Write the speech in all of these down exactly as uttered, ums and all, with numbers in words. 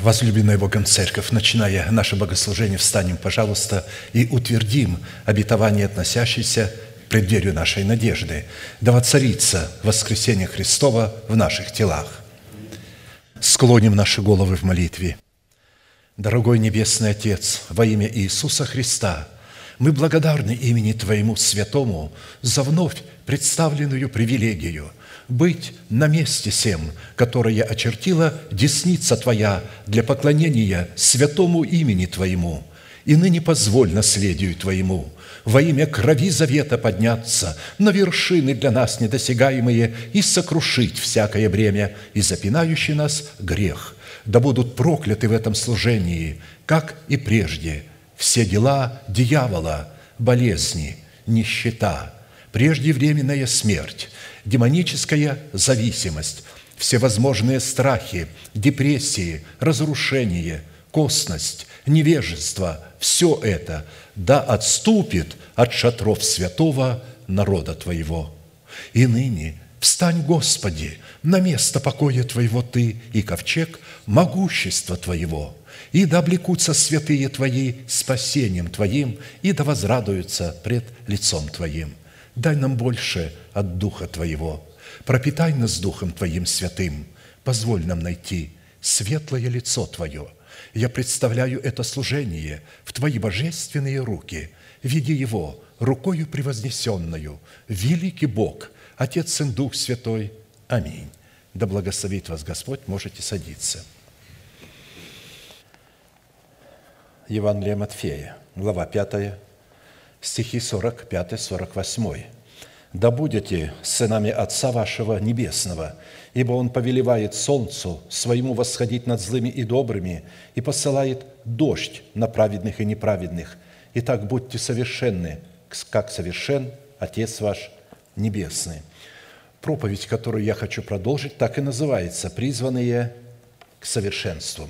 Возлюбленная Богом Церковь, начиная наше богослужение, встанем, пожалуйста, и утвердим обетование, относящееся к преддверию нашей надежды. Да воцарится воскресение Христова в наших телах. Склоним наши головы в молитве. Дорогой Небесный Отец, во имя Иисуса Христа, мы благодарны имени Твоему Святому за вновь представленную привилегию быть на месте сем, которое очертила десница Твоя для поклонения святому имени Твоему. И ныне позволь наследию Твоему во имя крови завета подняться на вершины для нас недосягаемые и сокрушить всякое бремя и запинающий нас грех. Да будут прокляты в этом служении, как и прежде, все дела дьявола, болезни, нищета, преждевременная смерть, демоническая зависимость, всевозможные страхи, депрессии, разрушение, косность, невежество – все это да отступит от шатров святого народа Твоего. И ныне встань, Господи, на место покоя Твоего Ты и ковчег могущества Твоего, и да облекутся святые Твои спасением Твоим, и да возрадуются пред лицом Твоим. Дай нам больше от Духа Твоего, пропитай нас Духом Твоим святым, позволь нам найти светлое лицо Твое. Я представляю это служение в Твои божественные руки, веди его рукою превознесенную, великий Бог, Отец, Сын, Дух Святой. Аминь. Да благословит вас Господь, можете садиться. Евангелие Матфея, глава пятая, стихи сорок пять сорок восемь. «Да будете сынами Отца вашего Небесного, ибо Он повелевает солнцу своему восходить над злыми и добрыми и посылает дождь на праведных и неправедных. Итак, будьте совершенны, как совершен Отец ваш Небесный». Проповедь, которую я хочу продолжить, так и называется «Призванные к совершенству».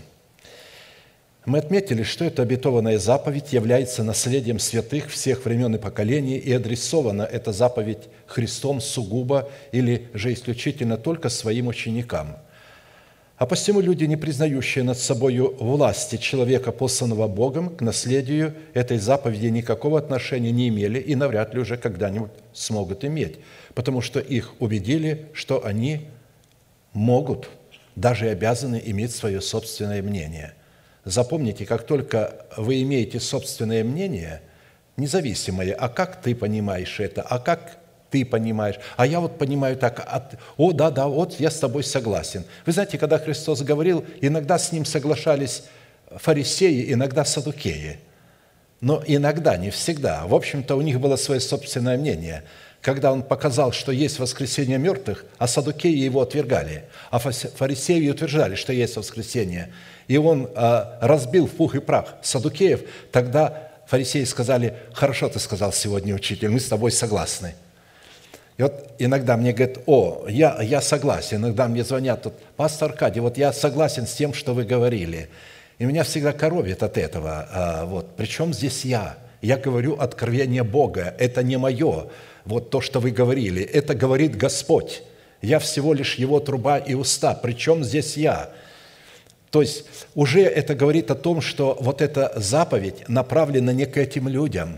Мы отметили, что эта обетованная заповедь является наследием святых всех времен и поколений, и адресована эта заповедь Христом сугубо или же исключительно только своим ученикам. А посему люди, не признающие над собою власти человека, посланного Богом, к наследию этой заповеди никакого отношения не имели и навряд ли уже когда-нибудь смогут иметь, потому что их убедили, что они могут, даже обязаны иметь свое собственное мнение. Запомните, как только вы имеете собственное мнение, независимое, а как ты понимаешь это, а как ты понимаешь, а я вот понимаю так, а, о, да, да, вот я с тобой согласен. Вы знаете, когда Христос говорил, иногда с Ним соглашались фарисеи, иногда саддукеи, но иногда, не всегда. В общем-то, у них было свое собственное мнение. Когда Он показал, что есть воскресение мертвых, а саддукеи Его отвергали, а фарисеи утверждали, что есть воскресение, и Он а, разбил в пух и прах саддукеев, тогда фарисеи сказали: «Хорошо ты сказал сегодня, учитель, мы с тобой согласны». И вот иногда мне говорят: «О, я, я согласен». Иногда мне звонят: тут, «Пастор Аркадий, вот я согласен с тем, что вы говорили». И меня всегда коробит от этого. А, вот. Причем здесь я? Я говорю откровение Бога. Это не мое, вот то, что вы говорили. Это говорит Господь. Я всего лишь Его труба и уста. Причем здесь я? То есть уже это говорит о том, что вот эта заповедь направлена не к этим людям.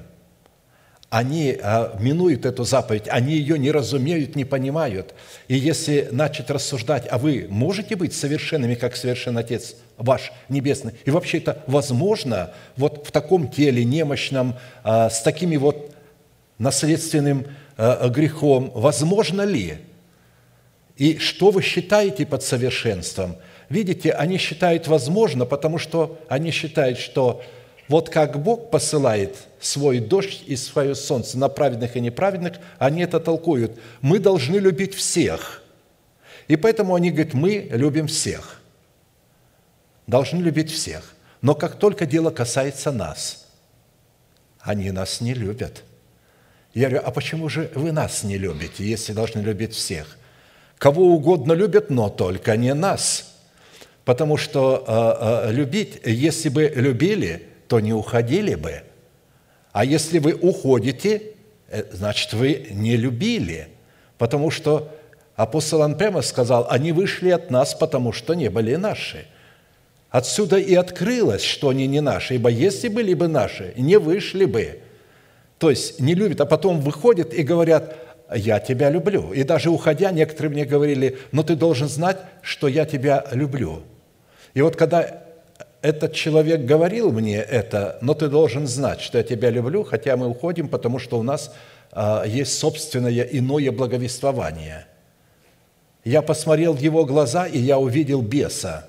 Они а, минуют эту заповедь, они ее не разумеют, не понимают. И если начать рассуждать, а вы можете быть совершенными, как совершен Отец ваш Небесный? И вообще это возможно вот в таком теле немощном, а, с такими вот наследственным а, грехом? Возможно ли? И что вы считаете под совершенством? Видите, они считают возможно, потому что они считают, что вот как Бог посылает свой дождь и свое солнце на праведных и неправедных, они это толкуют. Мы должны любить всех. И поэтому они говорят: мы любим всех. Должны любить всех. Но как только дело касается нас, они нас не любят. Я говорю: а почему же вы нас не любите, если должны любить всех? Кого угодно любят, но только не нас. Потому что э, э, любить, если бы любили, то не уходили бы. А если вы уходите, значит, вы не любили. Потому что апостол Иоанн прямо сказал: они вышли от нас, потому что не были наши. Отсюда и открылось, что они не наши, ибо если были бы наши, не вышли бы. То есть не любят, а потом выходят и говорят: «Я тебя люблю». И даже уходя, некоторые мне говорили: «Но ты должен знать, что я тебя люблю». И вот когда этот человек говорил мне это: «Но ты должен знать, что я тебя люблю», хотя мы уходим, потому что у нас а, есть собственное иное благовествование. Я посмотрел в его глаза, и я увидел беса.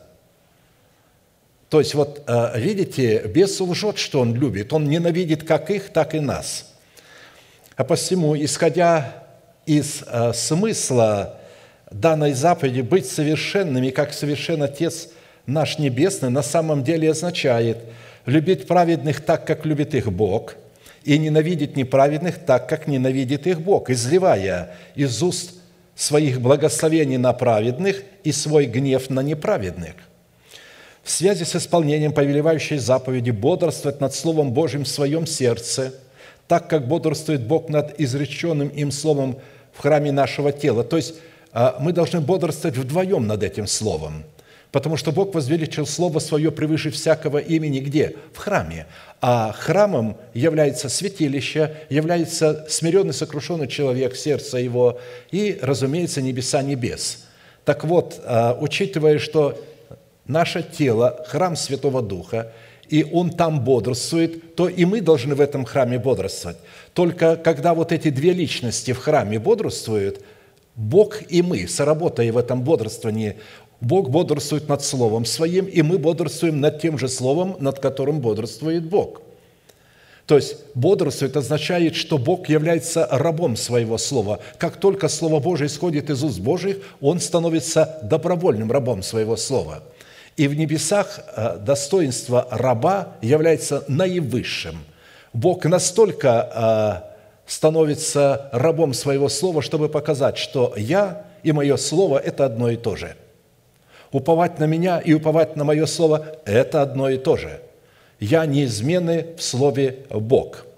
То есть, вот видите, бес лжет, что он любит. Он ненавидит как их, так и нас. А посему, исходя из смысла данной заповеди быть совершенными, как совершен Отец наш Небесный, на самом деле означает любить праведных так, как любит их Бог, и ненавидеть неправедных так, как ненавидит их Бог, изливая из уст своих благословений на праведных и свой гнев на неправедных. В связи с исполнением повелевающей заповеди бодрствовать над Словом Божьим в своем сердце, так как бодрствует Бог над изреченным им Словом в храме нашего тела. То есть мы должны бодрствовать вдвоем над этим Словом, потому что Бог возвеличил Слово Свое превыше всякого имени где? В храме. А храмом является святилище, является смиренный, сокрушенный человек, сердце его и, разумеется, небеса небес. Так вот, учитывая, что наше тело – храм Святого Духа, и Он там бодрствует, то и мы должны в этом храме бодрствовать. Только когда вот эти две личности в храме бодрствуют, Бог и мы, соработая в этом бодрствовании, Бог бодрствует над Словом Своим, и мы бодрствуем над тем же Словом, над которым бодрствует Бог. То есть бодрствует означает, что Бог является рабом Своего Слова. Как только Слово Божие исходит из уст Божьих, Он становится добровольным рабом Своего Слова. И в небесах достоинство раба является наивысшим. Бог настолько становится рабом Своего Слова, чтобы показать, что я и мое Слово – это одно и то же. Уповать на Меня и уповать на Мое Слово – это одно и то же. Я неизменный в Слове Бог.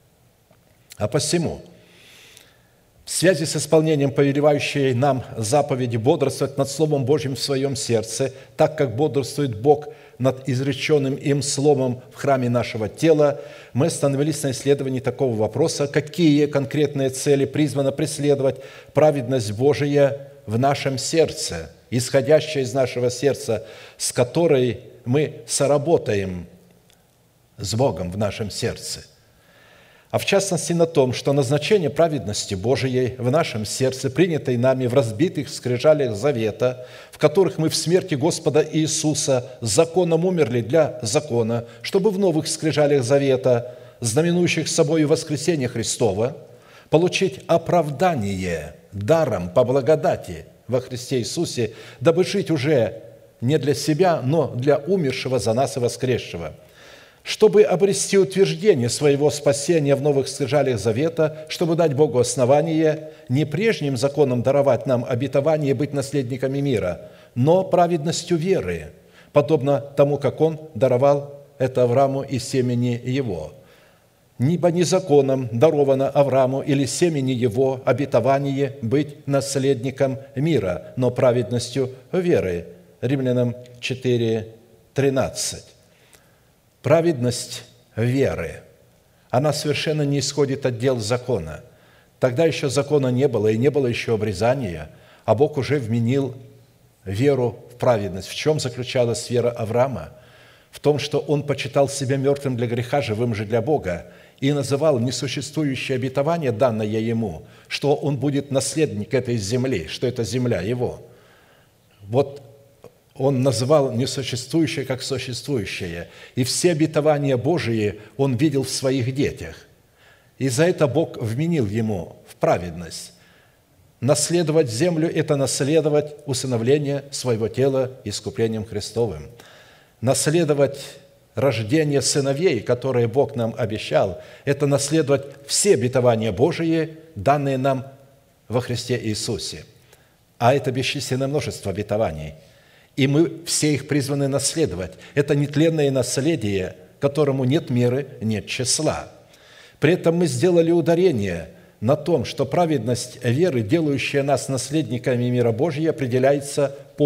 А посему, в связи с исполнением повелевающей нам заповеди бодрствовать над Словом Божьим в своем сердце, так как бодрствует Бог над изреченным им Словом в храме нашего тела, мы остановились на исследовании такого вопроса: какие конкретные цели призвано преследовать праведность Божия в нашем сердце, исходящая из нашего сердца, с которой мы соработаем с Богом в нашем сердце. А в частности на том, что назначение праведности Божией в нашем сердце, принятой нами в разбитых скрижалях завета, в которых мы в смерти Господа Иисуса законом умерли для закона, чтобы в новых скрижалях завета, знаменующих собою воскресение Христова, получить оправдание даром по благодати во Христе Иисусе, дабы жить уже не для себя, но для умершего за нас и воскресшего, чтобы обрести утверждение своего спасения в новых скрижалях завета, чтобы дать Богу основание не прежним законом даровать нам обетование быть наследниками мира, но праведностью веры, подобно тому, как Он даровал это Аврааму и семени его. Ибо не законом даровано Аврааму или семени его обетование быть наследником мира, но праведностью веры. Римлянам четыре тринадцать. Праведность веры, она совершенно не исходит от дел закона. Тогда еще закона не было, и не было еще обрезания, а Бог уже вменил веру в праведность. В чем заключалась вера Авраама? В том, что он почитал себя мертвым для греха, живым же для Бога, и называл несуществующее обетование, данное ему, что он будет наследник этой земли, что это земля его. Вот он называл несуществующее как существующее. И все обетования Божии он видел в своих детях. И за это Бог вменил ему в праведность. Наследовать землю – это наследовать усыновление своего тела искуплением Христовым. Наследовать рождение сыновей, которые Бог нам обещал, это наследовать все обетования Божии, данные нам во Христе Иисусе. А это бесчисленное множество обетований. И мы все их призваны наследовать. Это нетленное наследие, которому нет меры, нет числа. При этом мы сделали ударение на том, что праведность веры, делающая нас наследниками мира Божия, определяется по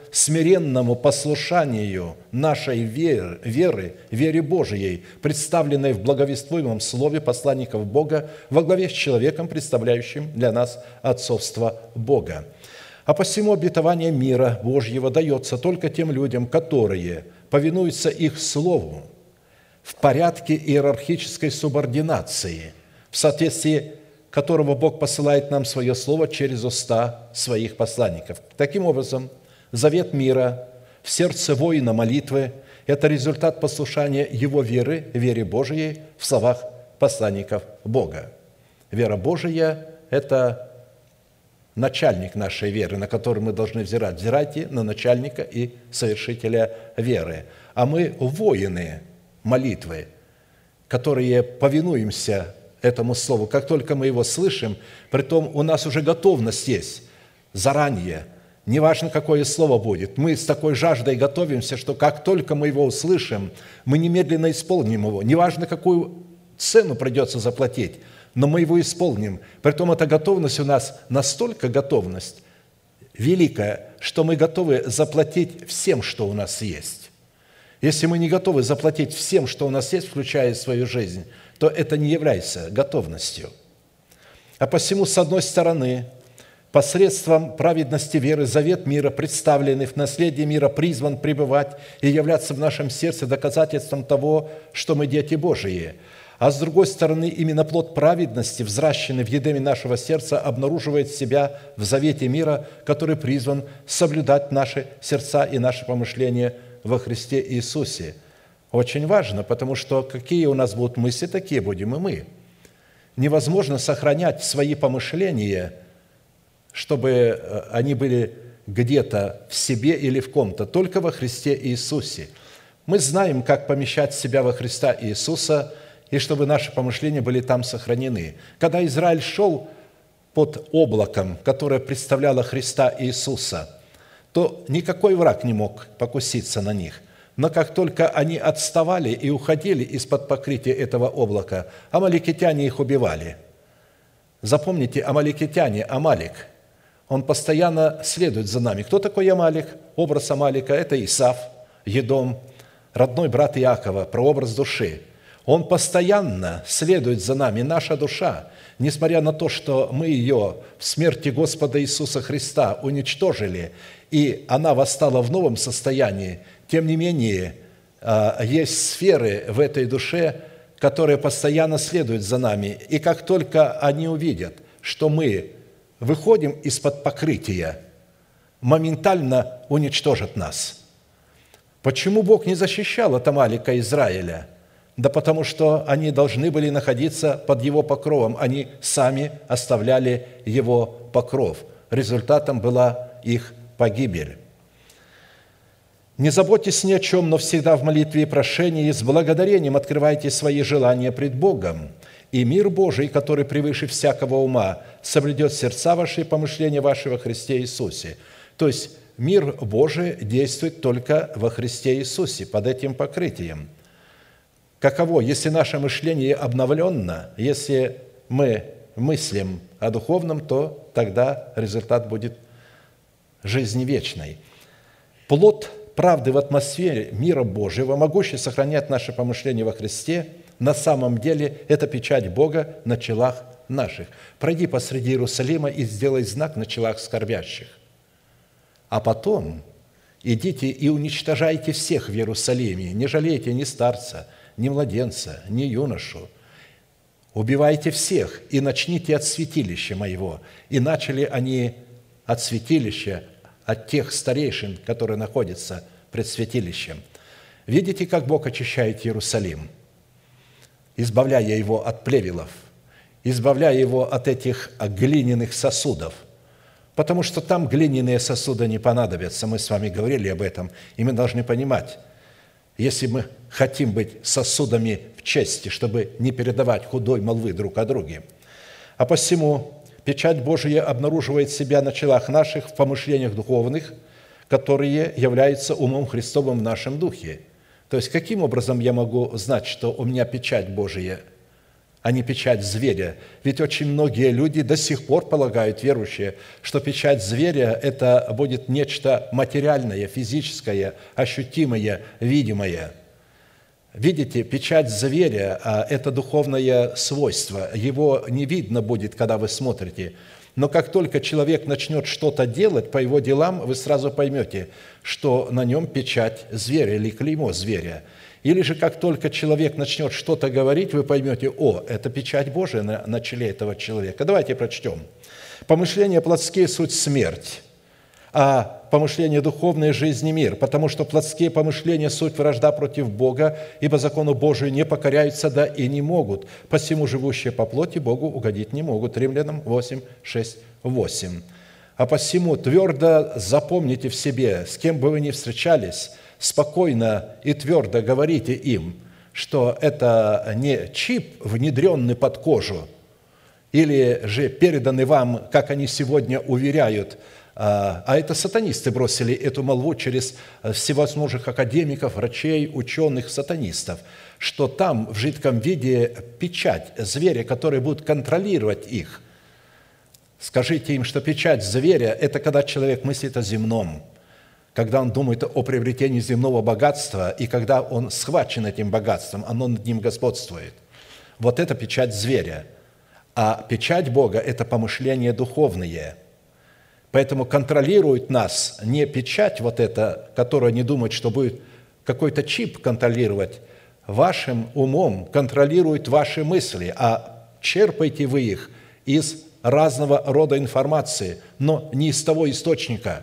смиренному послушанию нашей веры, веры, вере Божией, представленной в благовествуемом слове посланников Бога во главе с человеком, представляющим для нас отцовство Бога. А посему обетование мира Божьего дается только тем людям, которые повинуются их слову в порядке иерархической субординации, в соответствии которого Бог посылает нам свое слово через уста своих посланников. Таким образом, завет мира в сердце воина молитвы – это результат послушания его веры, вере Божией в словах посланников Бога. Вера Божия – это начальник нашей веры, на который мы должны взирать. Взирайте на начальника и совершителя веры. А мы воины молитвы, которые повинуемся этому слову. Как только мы его слышим, притом у нас уже готовность есть заранее. Неважно, какое слово будет. Мы с такой жаждой готовимся, что как только мы его услышим, мы немедленно исполним его. Неважно, какую цену придется заплатить, но мы его исполним. Притом эта готовность у нас настолько готовность великая, что мы готовы заплатить всем, что у нас есть. Если мы не готовы заплатить всем, что у нас есть, включая свою жизнь, то это не является готовностью. А посему, с одной стороны, посредством праведности веры завет мира, представленный в наследие мира, призван пребывать и являться в нашем сердце доказательством того, что мы дети Божии. А с другой стороны, именно плод праведности, взращенный в едеме нашего сердца, обнаруживает себя в завете мира, который призван соблюдать наши сердца и наши помышления во Христе Иисусе. Очень важно, потому что какие у нас будут мысли, такие будем и мы. Невозможно сохранять свои помышления, чтобы они были где-то в себе или в ком-то, только во Христе Иисусе. Мы знаем, как помещать себя во Христа Иисуса, и чтобы наши помышления были там сохранены. Когда Израиль шел под облаком, которое представляло Христа Иисуса, то никакой враг не мог покуситься на них. Но как только они отставали и уходили из-под покрытия этого облака, амаликитяне их убивали. Запомните, амаликитяне, Амалик, он постоянно следует за нами. Кто такой Амалик? Образ Амалика – это Исав, Едом, родной брат Иакова, прообраз души. Он постоянно следует за нами, наша душа, несмотря на то, что мы ее в смерти Господа Иисуса Христа уничтожили, и она восстала в новом состоянии, тем не менее, есть сферы в этой душе, которые постоянно следуют за нами. И как только они увидят, что мы выходим из-под покрытия, моментально уничтожат нас. Почему Бог не защищал от Амалика Израиля? Да потому что они должны были находиться под его покровом. Они сами оставляли его покров. Результатом была их погибель. Не заботьтесь ни о чем, но всегда в молитве и прошении с благодарением открывайте свои желания пред Богом, и мир Божий, который превыше всякого ума, соблюдет сердца ваши и помышления ваши во Христе Иисусе. То есть мир Божий действует только во Христе Иисусе, под этим покрытием. Каково, если наше мышление обновленно, если мы мыслим о духовном, то тогда результат будет жизни вечной. Плод правды в атмосфере мира Божьего, могущий сохранять наши помышления во Христе, на самом деле это печать Бога на челах наших. Пройди посреди Иерусалима и сделай знак на челах скорбящих. А потом идите и уничтожайте всех в Иерусалиме, не жалейте ни старца, ни младенца, ни юношу. Убивайте всех и начните от святилища моего. И начали они от святилища, от тех старейшин, которые находятся пред святилищем. Видите, как Бог очищает Иерусалим, избавляя его от плевелов, избавляя его от этих глиняных сосудов, потому что там глиняные сосуды не понадобятся. Мы с вами говорили об этом, и мы должны понимать, если мы хотим быть сосудами в чести, чтобы не передавать худой молвы друг о друге. А посему печать Божия обнаруживает себя на челах наших в помышлениях духовных, которые являются умом Христовым в нашем духе. То есть, каким образом я могу знать, что у меня печать Божия а не печать зверя. Ведь очень многие люди до сих пор полагают, верующие, что печать зверя – это будет нечто материальное, физическое, ощутимое, видимое. Видите, печать зверя – это духовное свойство. Его не видно будет, когда вы смотрите. Но как только человек начнет что-то делать по его делам, вы сразу поймете, что на нем печать зверя или клеймо зверя. Или же как только человек начнет что-то говорить, вы поймете, о, это печать Божия на, на челе этого человека. Давайте прочтем. «Помышления плотские – суть смерть, а помышления духовные – жизнь и мир, потому что плотские помышления – суть вражда против Бога, ибо закону Божию не покоряются, да и не могут. Посему живущие по плоти Богу угодить не могут». Римлянам восемь, шесть, восемь. «А посему твердо запомните в себе, с кем бы вы ни встречались, спокойно и твердо говорите им, что это не чип, внедренный под кожу, или же переданный вам, как они сегодня уверяют, а это сатанисты бросили эту молву через всевозможных академиков, врачей, ученых, сатанистов, что там в жидком виде печать зверя, который будет контролировать их. Скажите им, что печать зверя – это когда человек мыслит о земном, когда он думает о приобретении земного богатства, и когда он схвачен этим богатством, оно над ним господствует. Вот это печать зверя. А печать Бога – это помышления духовные. Поэтому контролирует нас не печать вот эта, которая не думает, что будет какой-то чип контролировать. Вашим умом контролирует ваши мысли, а черпаете вы их из разного рода информации, но не из того источника,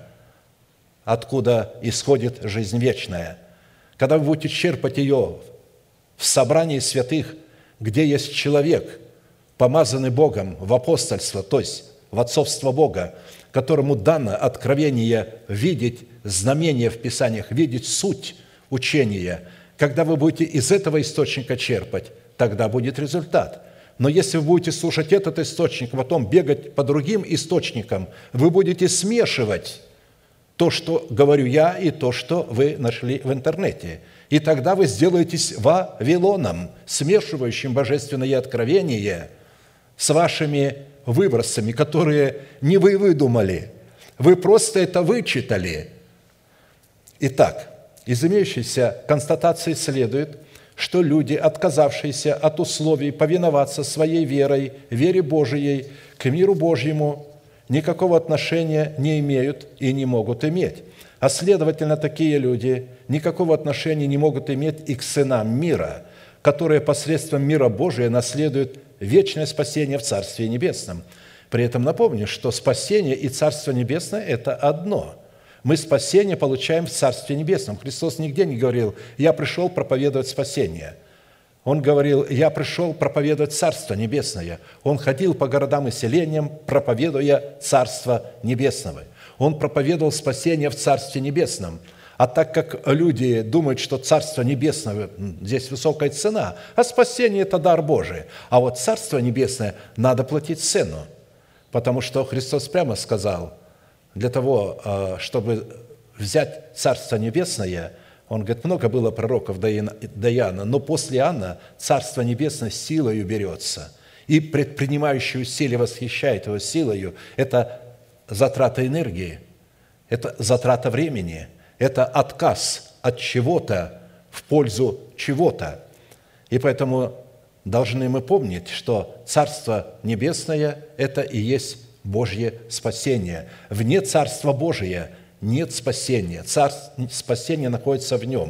откуда исходит жизнь вечная. Когда вы будете черпать ее в собрании святых, где есть человек, помазанный Богом в апостольство, то есть в отцовство Бога, которому дано откровение видеть знамения в Писаниях, видеть суть учения, когда вы будете из этого источника черпать, тогда будет результат. Но если вы будете слушать этот источник, а потом бегать по другим источникам, вы будете смешивать то, что говорю я, и то, что вы нашли в интернете. И тогда вы сделаетесь Вавилоном, смешивающим божественное откровение с вашими выбросами, которые не вы выдумали, вы просто это вычитали. Итак, из имеющейся констатации следует, что люди, отказавшиеся от условий повиноваться своей верой, вере Божией, к миру Божьему, никакого отношения не имеют и не могут иметь. А следовательно, такие люди никакого отношения не могут иметь и к сынам мира, которые посредством мира Божия наследуют вечное спасение в Царстве Небесном. При этом напомню, что спасение и Царство Небесное – это одно. Мы спасение получаем в Царстве Небесном. Христос нигде не говорил: «Я пришел проповедовать спасение». Он говорил: «Я пришел проповедовать Царство Небесное». Он ходил по городам и селениям, проповедуя Царство Небесного. Он проповедовал спасение в Царстве Небесном. А так как люди думают, что Царство Небесное – здесь высокая цена, а спасение – это дар Божий, а вот Царство Небесное надо платить цену, потому что Христос прямо сказал, для того, чтобы взять Царство Небесное, Он говорит, много было пророков до Иоанна, но после Иоанна Царство Небесное силою берется, и предпринимающий усилия восхищает его силою – это затрата энергии, это затрата времени, это отказ от чего-то в пользу чего-то. И поэтому должны мы помнить, что Царство Небесное – это и есть Божье спасение. Вне Царства Божия нет спасения. Царство, спасение находится в нем.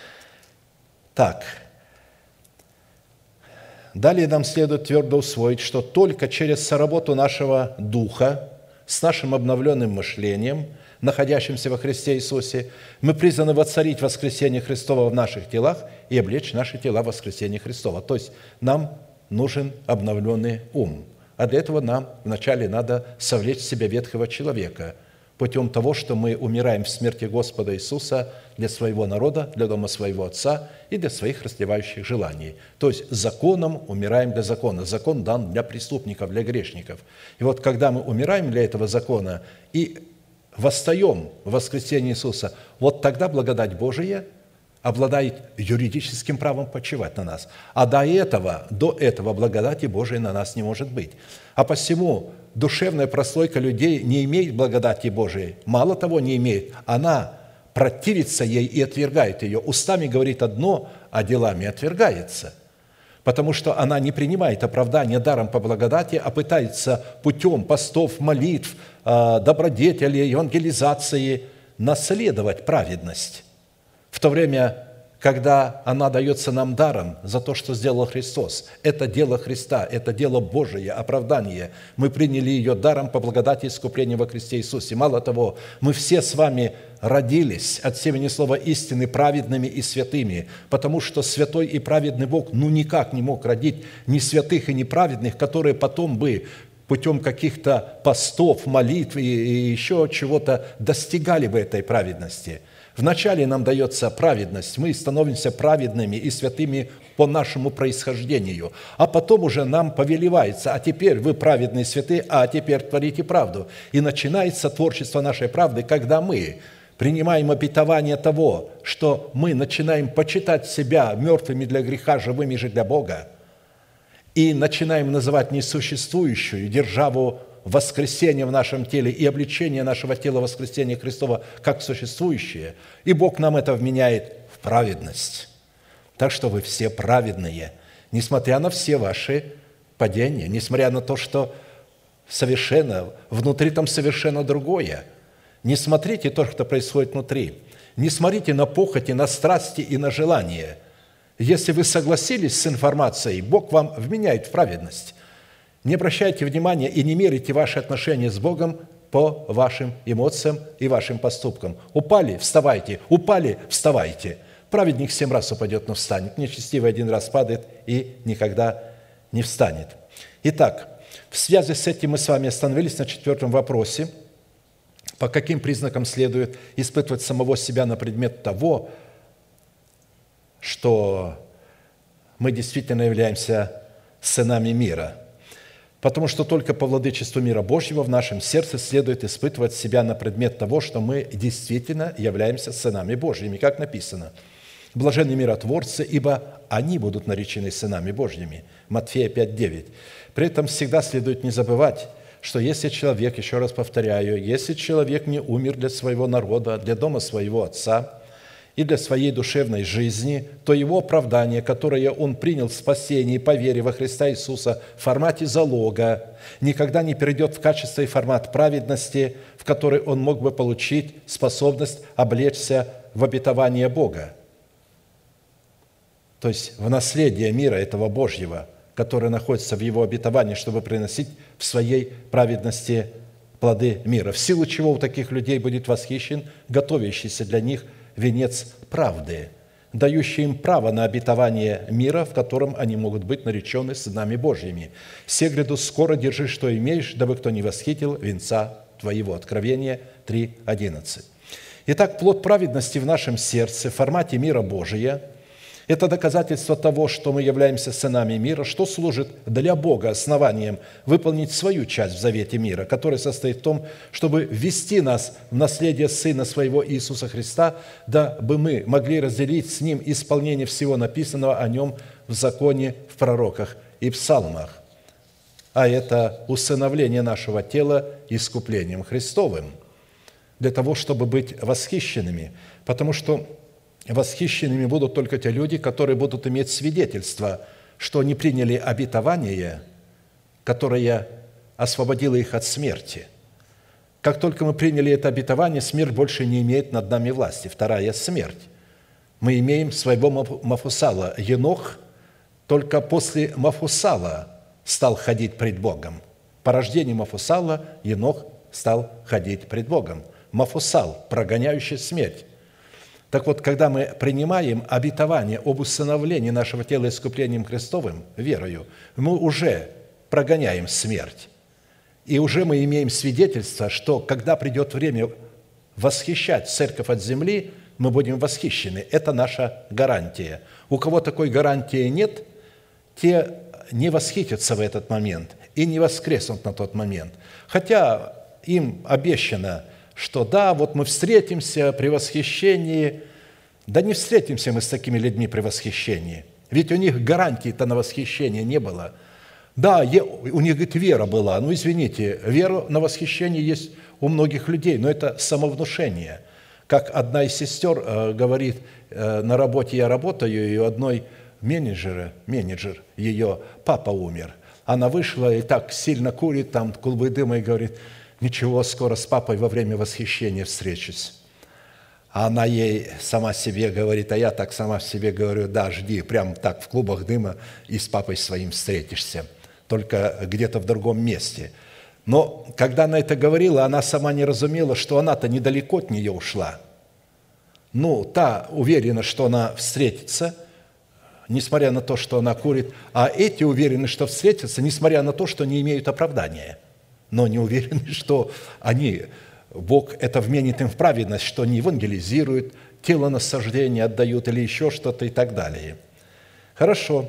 Так. Далее нам следует твердо усвоить, что только через соработу нашего духа с нашим обновленным мышлением, находящимся во Христе Иисусе, мы призваны воцарить воскресение Христова в наших телах и облечь наши тела в воскресение Христова. То есть нам нужен обновленный ум. А для этого нам вначале надо совлечь в себя ветхого человека путем того, что мы умираем в смерти Господа Иисуса для своего народа, для дома своего Отца и для своих растлевающих желаний. То есть законом умираем для закона. Закон дан для преступников, для грешников. И вот когда мы умираем для этого закона и восстаем в воскресении Иисуса, вот тогда благодать Божия обладает юридическим правом почивать на нас. А до этого, до этого благодати Божией на нас не может быть. А посему душевная прослойка людей не имеет благодати Божией. Мало того, не имеет, она противится ей и отвергает ее. Устами говорит одно, а делами отвергается. Потому что она не принимает оправдания даром по благодати, а пытается путем постов, молитв, добродетели, евангелизации наследовать праведность. В то время, когда она дается нам даром за то, что сделал Христос. Это дело Христа, это дело Божие, оправдание. Мы приняли ее даром по благодати искупления во Христе Иисусе. Мало того, мы все с вами родились от семени слова истины праведными и святыми, потому что святой и праведный Бог ну никак не мог родить ни святых и ни праведных, которые потом бы путем каких-то постов, молитв и еще чего-то достигали бы этой праведности. Вначале нам дается праведность, мы становимся праведными и святыми по нашему происхождению, а потом уже нам повелевается, а теперь вы праведные и святые, а теперь творите правду. И начинается творчество нашей правды, когда мы принимаем обетование того, что мы начинаем почитать себя мертвыми для греха, живыми же для Бога, и начинаем называть несуществующую державу воскресения в нашем теле и обличение нашего тела воскресения Христова как существующее, и Бог нам это вменяет в праведность. Так что вы все праведные, несмотря на все ваши падения, несмотря на то, что совершенно, внутри там совершенно другое. Не смотрите то, что происходит внутри. Не смотрите на похоти, на страсти и на желания. Если вы согласились с информацией, Бог вам вменяет в праведность. Не обращайте внимания и не мерите ваши отношения с Богом по вашим эмоциям и вашим поступкам. Упали – вставайте, упали – вставайте. Праведник семь раз упадет, но встанет. Нечестивый один раз падает и никогда не встанет. Итак, в связи с этим мы с вами остановились на четвертом вопросе. По каким признакам следует испытывать самого себя на предмет того, что мы действительно являемся сынами мира? Потому что только по владычеству мира Божьего в нашем сердце следует испытывать себя на предмет того, что мы действительно являемся сынами Божьими, как написано. «Блаженны миротворцы, ибо они будут наречены сынами Божьими». Матфея пять девять. При этом всегда следует не забывать, что если человек, еще раз повторяю, если человек не умер для своего народа, для дома своего отца и для своей душевной жизни, то его оправдание, которое он принял в спасении по вере во Христа Иисуса в формате залога, никогда не перейдет в качество и формат праведности, в который он мог бы получить способность облечься в обетование Бога, то есть в наследие мира этого Божьего, которое находится в его обетовании, чтобы приносить в своей праведности плоды мира, в силу чего у таких людей будет восхищен готовящийся для них венец правды, дающий им право на обетование мира, в котором они могут быть наречены сынами Божьими. «Се гряду скоро держи, что имеешь, дабы кто не восхитил венца твоего». Откровение три одиннадцать. Итак, плод праведности в нашем сердце в формате мира Божия – это доказательство того, что мы являемся сынами мира, что служит для Бога основанием выполнить свою часть в завете мира, который состоит в том, чтобы ввести нас в наследие Сына Своего Иисуса Христа, дабы мы могли разделить с Ним исполнение всего написанного о Нем в законе, в пророках и псалмах. А это усыновление нашего тела искуплением Христовым, для того, чтобы быть восхищенными, потому что восхищенными будут только те люди, которые будут иметь свидетельство, что они приняли обетование, которое освободило их от смерти. Как только мы приняли это обетование, смерть больше не имеет над нами власти. Вторая смерть. Мы имеем своего Мафусала. Енох только после Мафусала стал ходить пред Богом. По рождению Мафусала Енох стал ходить пред Богом. Мафусал, прогоняющий смерть. Так вот, когда мы принимаем обетование об усыновлении нашего тела искуплением Христовым, верою, мы уже прогоняем смерть. И уже мы имеем свидетельство, что когда придет время восхищать церковь от земли, мы будем восхищены. Это наша гарантия. У кого такой гарантии нет, те не восхитятся в этот момент и не воскреснут на тот момент. Хотя им обещано, что да, вот мы встретимся при восхищении Да не встретимся мы с такими людьми при восхищении. Ведь у них гарантии-то на восхищение не было. Да, у них, говорит, вера была. Ну, извините, вера на восхищение есть у многих людей, но это самовнушение. Как одна из сестер э, говорит, э, на работе я работаю, и у одной менеджера, менеджер, ее папа умер. Она вышла и так сильно курит, там клубы дыма, и говорит, ничего, скоро с папой во время восхищения встречусь. А она ей сама себе говорит, а я так сама себе говорю, да, жди, прям так в клубах дыма и с папой своим встретишься, только где-то в другом месте. Но когда она это говорила, она сама не разумела, что она-то недалеко от нее ушла. Ну, та уверена, что она встретится, несмотря на то, что она курит, а эти уверены, что встретятся, несмотря на то, что не имеют оправдания, но не уверены, что они... Бог это вменит им в праведность, что они евангелизируют, тело на сожжение отдают или еще что-то и так далее. Хорошо.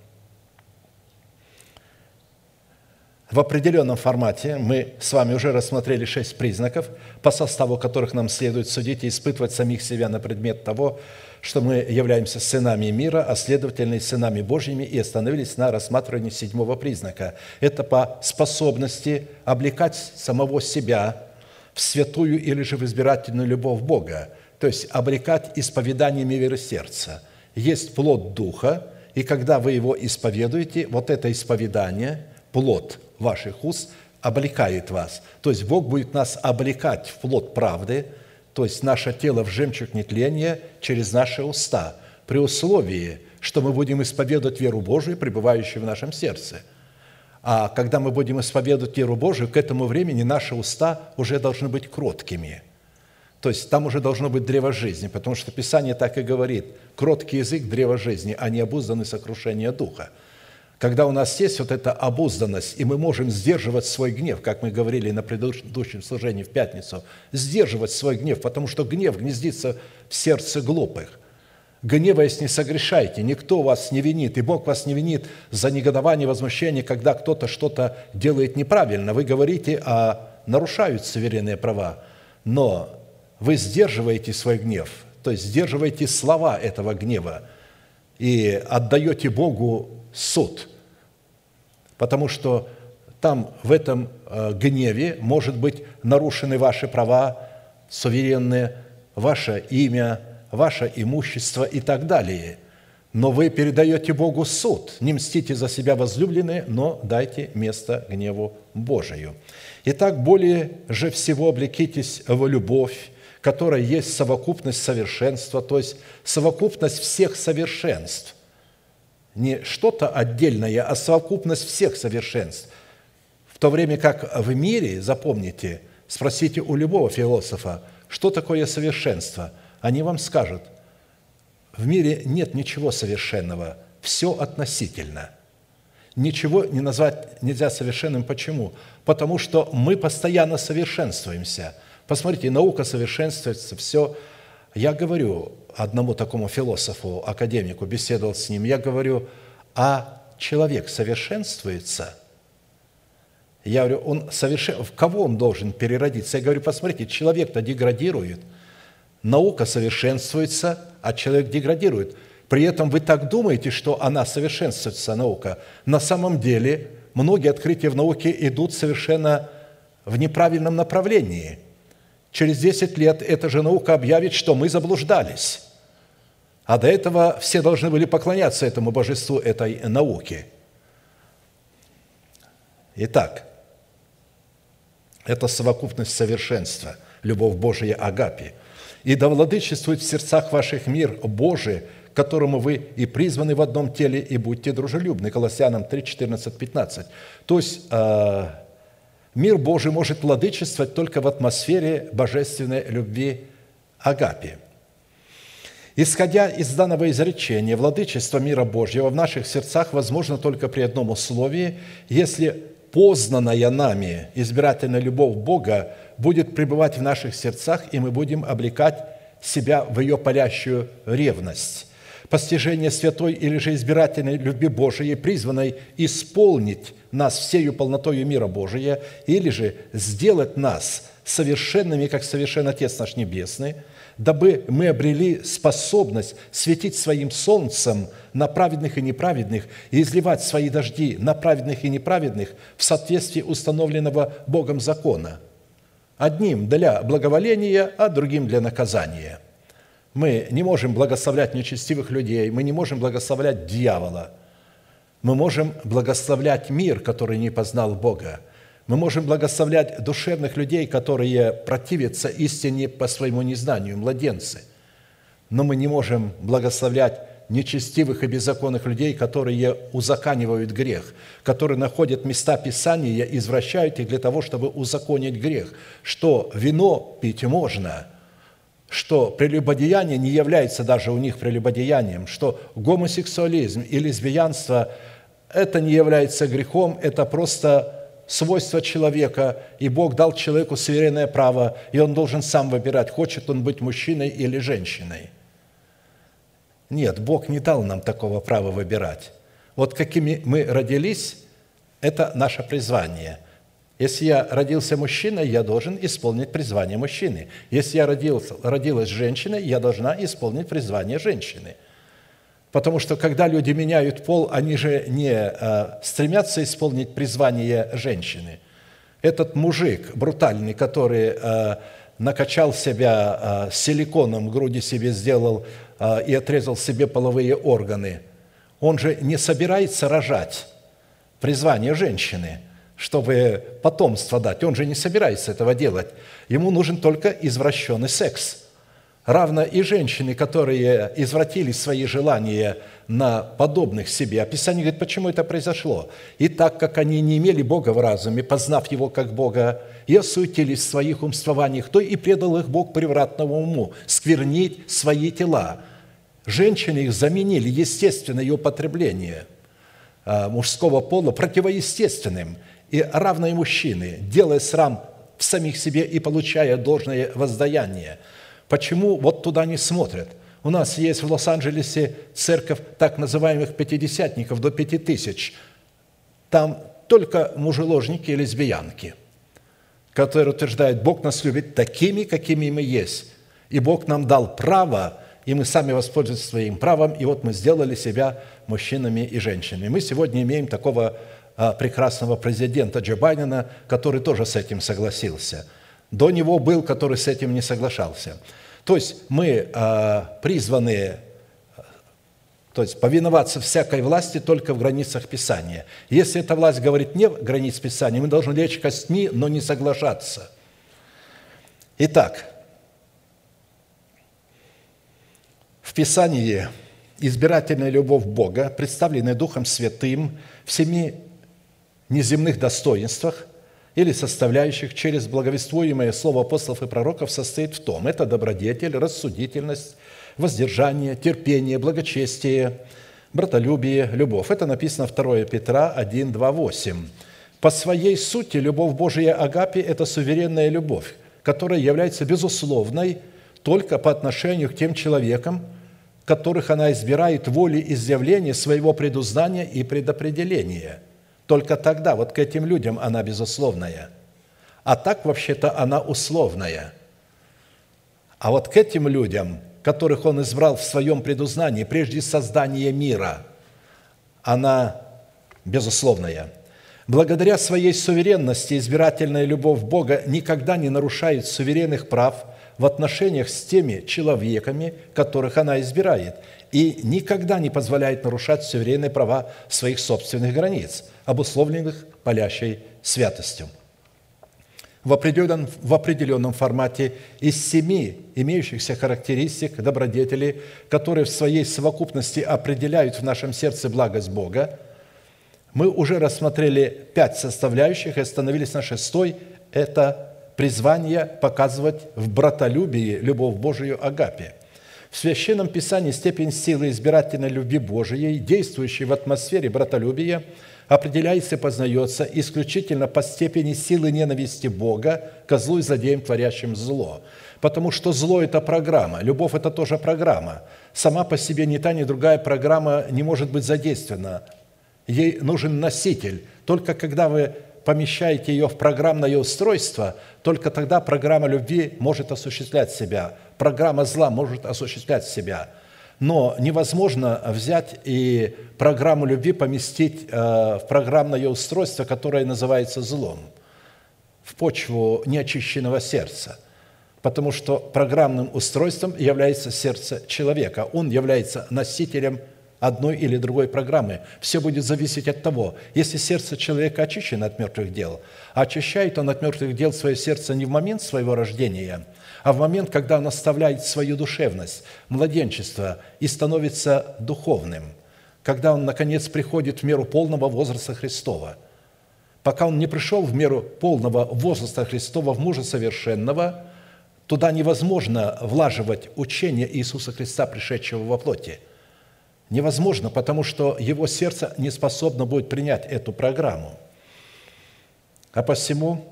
В определенном формате мы с вами уже рассмотрели шесть признаков, по составу которых нам следует судить и испытывать самих себя на предмет того, что мы являемся сынами мира, а следовательно и сынами Божьими, и остановились на рассматривании седьмого признака. Это по способности облекать самого себя в святую или же в избирательную любовь Бога, то есть облекать исповеданиями веры сердца. Есть плод Духа, и когда вы его исповедуете, вот это исповедание, плод ваших уст, облекает вас. То есть Бог будет нас облекать в плод правды, то есть наше тело в жемчуг нетления через наши уста, при условии, что мы будем исповедовать веру Божию, пребывающую в нашем сердце. А когда мы будем исповедовать веру Божию, к этому времени наши уста уже должны быть кроткими. То есть там уже должно быть древо жизни, потому что Писание так и говорит: кроткий язык – древо жизни, а не обузданный сокрушение духа. Когда у нас есть вот эта обузданность, и мы можем сдерживать свой гнев, как мы говорили на предыдущем служении в пятницу, сдерживать свой гнев, потому что гнев гнездится в сердце глупых. Гневаясь, не согрешайте, никто вас не винит, и Бог вас не винит за негодование, возмущение, когда кто-то что-то делает неправильно. Вы говорите, а нарушают суверенные права, но вы сдерживаете свой гнев, то есть сдерживаете слова этого гнева и отдаете Богу суд, потому что там в этом гневе может быть нарушены ваши права суверенные, ваше имя, ваше имущество и так далее. Но вы передаете Богу суд. Не мстите за себя, возлюбленные, но дайте место гневу Божию. Итак, более же всего облекитесь в любовь, которая есть совокупность совершенства, то есть совокупность всех совершенств. Не что-то отдельное, а совокупность всех совершенств. В то время как в мире, запомните, спросите у любого философа, что такое совершенство – они вам скажут, в мире нет ничего совершенного, все относительно. Ничего не назвать нельзя совершенным. Почему? Потому что мы постоянно совершенствуемся. Посмотрите, наука совершенствуется, все. Я говорю одному такому философу, академику, беседовал с ним, я говорю, а человек совершенствуется? Я говорю, он совершен... в кого он должен переродиться? Я говорю, посмотрите, человек-то деградирует, наука совершенствуется, а человек деградирует. При этом вы так думаете, что она совершенствуется, наука. На самом деле многие открытия в науке идут совершенно в неправильном направлении. Через десять лет эта же наука объявит, что мы заблуждались. А до этого все должны были поклоняться этому божеству, этой науке. Итак, это совокупность совершенства, любовь Божия агапи. «И да владычествует в сердцах ваших мир Божий, к которому вы и призваны в одном теле, и будьте дружелюбны». Колоссянам три, четырнадцать, пятнадцать. То есть мир Божий может владычествовать только в атмосфере божественной любви агапи. Исходя из данного изречения, владычество мира Божьего в наших сердцах возможно только при одном условии, если познанная нами избирательная любовь Бога будет пребывать в наших сердцах, и мы будем облекать себя в ее палящую ревность. Постижение святой или же избирательной любви Божией, призванной исполнить нас всею полнотою мира Божия, или же сделать нас совершенными, как совершен Отец наш Небесный, дабы мы обрели способность светить своим солнцем на праведных и неправедных и изливать свои дожди на праведных и неправедных в соответствии установленного Богом закона. Одним для благоволения, а другим для наказания. Мы не можем благословлять нечестивых людей, мы не можем благословлять дьявола. Мы можем благословлять мир, который не познал Бога. Мы можем благословлять душевных людей, которые противятся истине по своему незнанию, младенцы. Но мы не можем благословлять нечестивых и беззаконных людей, которые узаконивают грех, которые находят места Писания, извращают их для того, чтобы узаконить грех, что вино пить можно, что прелюбодеяние не является даже у них прелюбодеянием, что гомосексуализм и лесбиянство – это не является грехом, это просто свойство человека, и Бог дал человеку суверенное право, и он должен сам выбирать, хочет он быть мужчиной или женщиной. Нет, Бог не дал нам такого права выбирать. Вот какими мы родились, это наше призвание. Если я родился мужчиной, я должен исполнить призвание мужчины. Если я родился, родилась женщиной, я должна исполнить призвание женщины. Потому что, когда люди меняют пол, они же не э, стремятся исполнить призвание женщины. Этот мужик брутальный, который э, накачал себя э, силиконом, груди себе сделал э, и отрезал себе половые органы, он же не собирается рожать призвание женщины, чтобы потомство дать. Он же не собирается этого делать. Ему нужен только извращенный секс. Равно и женщины, которые извратили свои желания на подобных себе. А Писание говорит, почему это произошло? И так как они не имели Бога в разуме, познав Его как Бога, и осуетились в своих умствованиях, то и предал их Бог превратному уму, сквернить свои тела. Женщины их заменили естественное употребление мужского пола противоестественным. И равно и мужчины, делая срам в самих себе и получая должное воздаяние. Почему вот туда не смотрят? У нас есть в Лос-Анджелесе церковь так называемых пятидесятников до пяти тысяч. Там только мужеложники и лесбиянки, которые утверждают, Бог нас любит такими, какими мы есть. И Бог нам дал право, и мы сами воспользуемся своим правом, и вот мы сделали себя мужчинами и женщинами. Мы сегодня имеем такого а, прекрасного президента Джо Байдена, который тоже с этим согласился. До него был, который с этим не соглашался. То есть мы э, призваны то есть повиноваться всякой власти только в границах Писания. Если эта власть говорит не в границ Писания, мы должны лечь костьми, но не соглашаться. Итак, в Писании избирательная любовь Бога, представленная Духом Святым в семи неземных достоинствах, или составляющих через благовествуемое слово апостолов и пророков состоит в том, это добродетель, рассудительность, воздержание, терпение, благочестие, братолюбие, любовь. Это написано второе Петра один, два, восемь. По своей сути, любовь Божия агапе – это суверенная любовь, которая является безусловной только по отношению к тем человекам, которых она избирает волей изъявления своего предузнания и предопределения. Только тогда вот к этим людям она безусловная. А так вообще-то она условная. А вот к этим людям, которых он избрал в своем предузнании прежде создания мира, она безусловная. Благодаря своей суверенности избирательная любовь Бога никогда не нарушает суверенных прав в отношениях с теми человеками, которых она избирает, и никогда не позволяет нарушать суверенные права своих собственных границ, обусловленных палящей святостью. В определенном, в определенном формате из семи имеющихся характеристик добродетели, которые в своей совокупности определяют в нашем сердце благость Бога, мы уже рассмотрели пять составляющих и остановились на шестой – это призвание показывать в братолюбии любовь Божию агапе. В Священном Писании степень силы избирательной любви Божией, действующей в атмосфере братолюбия, определяется и познается исключительно по степени силы ненависти Бога ко злу и злодеям, творящим зло. Потому что зло – это программа, любовь – это тоже программа. Сама по себе ни та, ни другая программа не может быть задействована. Ей нужен носитель. Только когда вы помещаете ее в программное устройство, только тогда программа любви может осуществлять себя, программа зла может осуществлять себя. Но невозможно взять и программу любви поместить в программное устройство, которое называется злом, в почву неочищенного сердца. Потому что программным устройством является сердце человека. Он является носителем одной или другой программы. Все будет зависеть от того, если сердце человека очищено от мертвых дел, а очищает он от мертвых дел свое сердце не в момент своего рождения, а в момент, когда он оставляет свою душевность, младенчество и становится духовным, когда он, наконец, приходит в меру полного возраста Христова. Пока он не пришел в меру полного возраста Христова, в мужа совершенного, туда невозможно влаживать учение Иисуса Христа, пришедшего во плоти. Невозможно, потому что его сердце не способно будет принять эту программу. А посему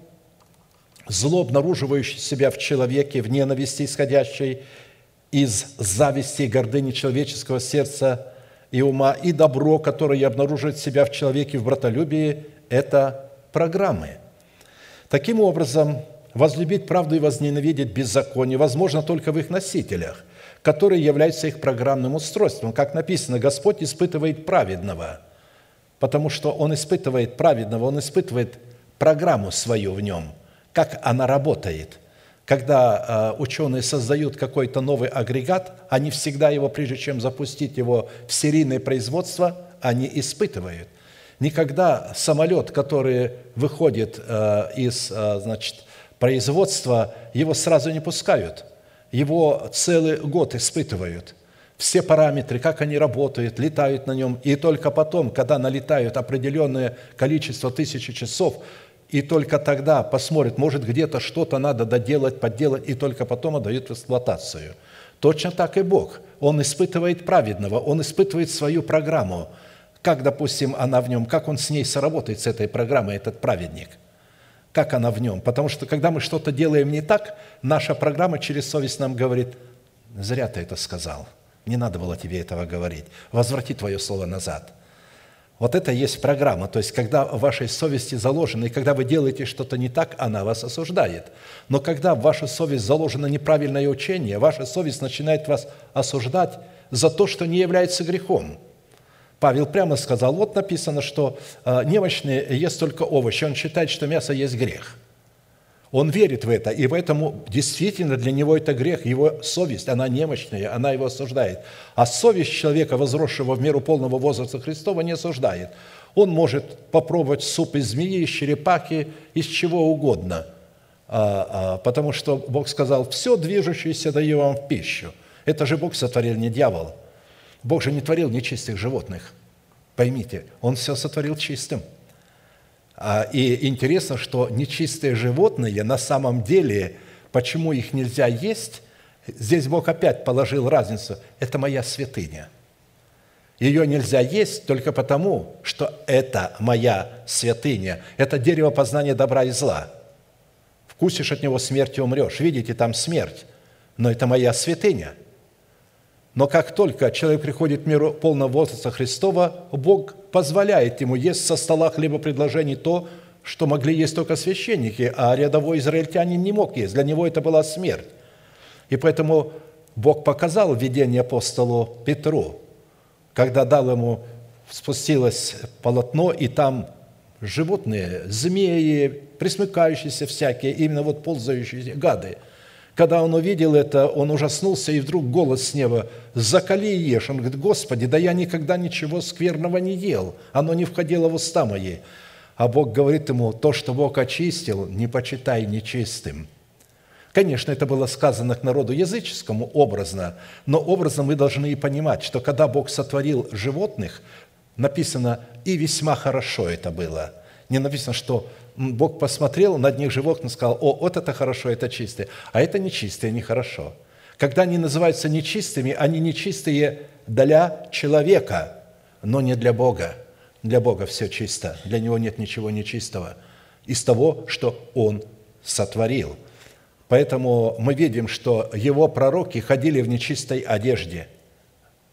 зло, обнаруживающее себя в человеке, в ненависти, исходящей из зависти и гордыни человеческого сердца и ума, и добро, которое обнаруживает себя в человеке в братолюбии, это программы. Таким образом, возлюбить правду и возненавидеть беззаконие возможно только в их носителях, которые являются их программным устройством. Как написано, Господь испытывает праведного, потому что Он испытывает праведного, Он испытывает программу свою в нем, как она работает. Когда э, ученые создают какой-то новый агрегат, они всегда его, прежде чем запустить его в серийное производство, они испытывают. Никогда самолет, который выходит э, из э, значит, производства, его сразу не пускают. Его целый год испытывают. Все параметры, как они работают, летают на нем. И только потом, когда налетают определенное количество тысячи часов, и только тогда посмотрят, может, где-то что-то надо доделать, подделать, и только потом отдают в эксплуатацию. Точно так и Бог. Он испытывает праведного, Он испытывает свою программу. Как, допустим, она в нем, как Он с ней сработает, с этой программой, этот праведник. Как она в нем? Потому что, когда мы что-то делаем не так, наша программа через совесть нам говорит: зря ты это сказал, не надо было тебе этого говорить, возврати твое слово назад. Вот это и есть программа. То есть, когда в вашей совести заложено, и когда вы делаете что-то не так, она вас осуждает. Но когда в вашу совесть заложено неправильное учение, ваша совесть начинает вас осуждать за то, что не является грехом. Павел прямо сказал, вот написано, что немощный ест только овощи, он считает, что мясо есть грех. Он верит в это, и поэтому действительно для него это грех, его совесть, она немощная, она его осуждает. А совесть человека, возросшего в меру полного возраста Христова, не осуждает. Он может попробовать суп из змеи, из черепахи, из чего угодно, потому что Бог сказал, все движущееся даю вам в пищу. Это же Бог сотворил, не дьявол. Бог же не творил нечистых животных. Поймите, Он все сотворил чистым. И интересно, что нечистые животные на самом деле, почему их нельзя есть, здесь Бог опять положил разницу. Это моя святыня. Ее нельзя есть только потому, что это моя святыня. Это дерево познания добра и зла. Вкусишь от него смерть и умрешь. Видите, там смерть. Но это моя святыня. Но как только человек приходит в меру полного возраста Христова, Бог позволяет ему есть со стола хлебопредложений то, что могли есть только священники, а рядовой израильтянин не мог есть. Для него это была смерть. И поэтому Бог показал видение апостолу Петру, когда дал ему, спустилось полотно, и там животные, змеи, пресмыкающиеся всякие, именно вот ползающие гады. Когда он увидел это, он ужаснулся, и вдруг голос с неба: «Закали и ешь». Он говорит: «Господи, да я никогда ничего скверного не ел, оно не входило в уста мои». А Бог говорит ему: «То, что Бог очистил, не почитай нечистым». Конечно, это было сказано к народу языческому образно, но образно мы должны и понимать, что когда Бог сотворил животных, написано «и весьма хорошо это было». Не написано, что Бог посмотрел на одних животных и сказал: «О, вот это хорошо, это чистое», а это нечистое, нехорошо. Когда они называются нечистыми, они нечистые для человека, но не для Бога. Для Бога все чисто, для Него нет ничего нечистого из того, что Он сотворил. Поэтому мы видим, что Его пророки ходили в нечистой одежде.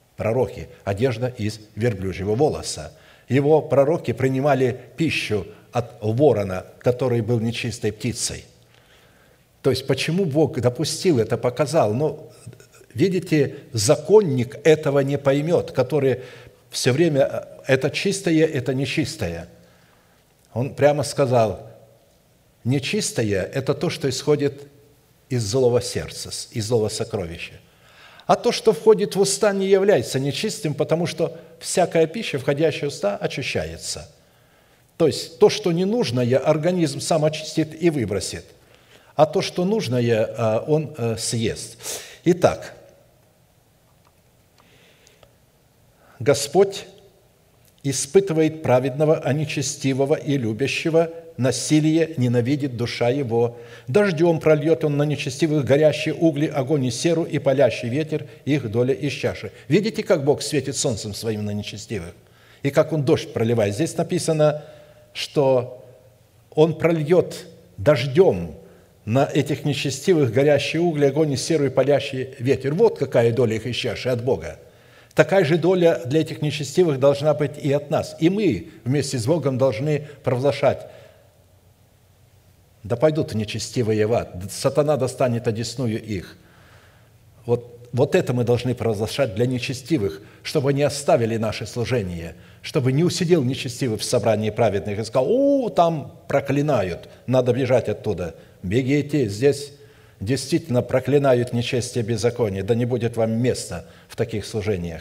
Пророки – одежда из верблюжьего волоса. Его пророки принимали пищу от ворона, который был нечистой птицей. То есть, почему Бог допустил это, показал? Ну, видите, законник этого не поймет, который все время это чистое, это нечистое. Он прямо сказал, нечистое – это то, что исходит из злого сердца, из злого сокровища. А то, что входит в уста, не является нечистым, потому что всякая пища, входящая в уста, очищается. То есть, то, что ненужное, организм сам очистит и выбросит, а то, что нужное, он съест. Итак, Господь испытывает праведного, а нечестивого и любящего, насилие ненавидит душа его. Дождем прольет он на нечестивых горящие угли, огонь и серу, и палящий ветер, их доля из чаши. Видите, как Бог светит солнцем своим на нечестивых? И как Он дождь проливает. Здесь написано, что Он прольет дождем на этих нечестивых горящие угли, огонь и серу, и палящий ветер. Вот какая доля их из чаши от Бога. Такая же доля для этих нечестивых должна быть и от нас. И мы вместе с Богом должны провозглашать: да пойдут нечестивые в ад, сатана достанет одесную их. Вот, вот это мы должны провозглашать для нечестивых, чтобы не оставили наше служение, чтобы не усидел нечестивый в собрании праведных и сказал: «О, там проклинают, надо бежать оттуда». Бегите, здесь действительно проклинают нечестие и беззаконие, да не будет вам места в таких служениях.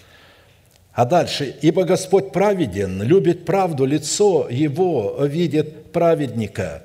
А дальше: «Ибо Господь праведен, любит правду, лицо Его видит праведника».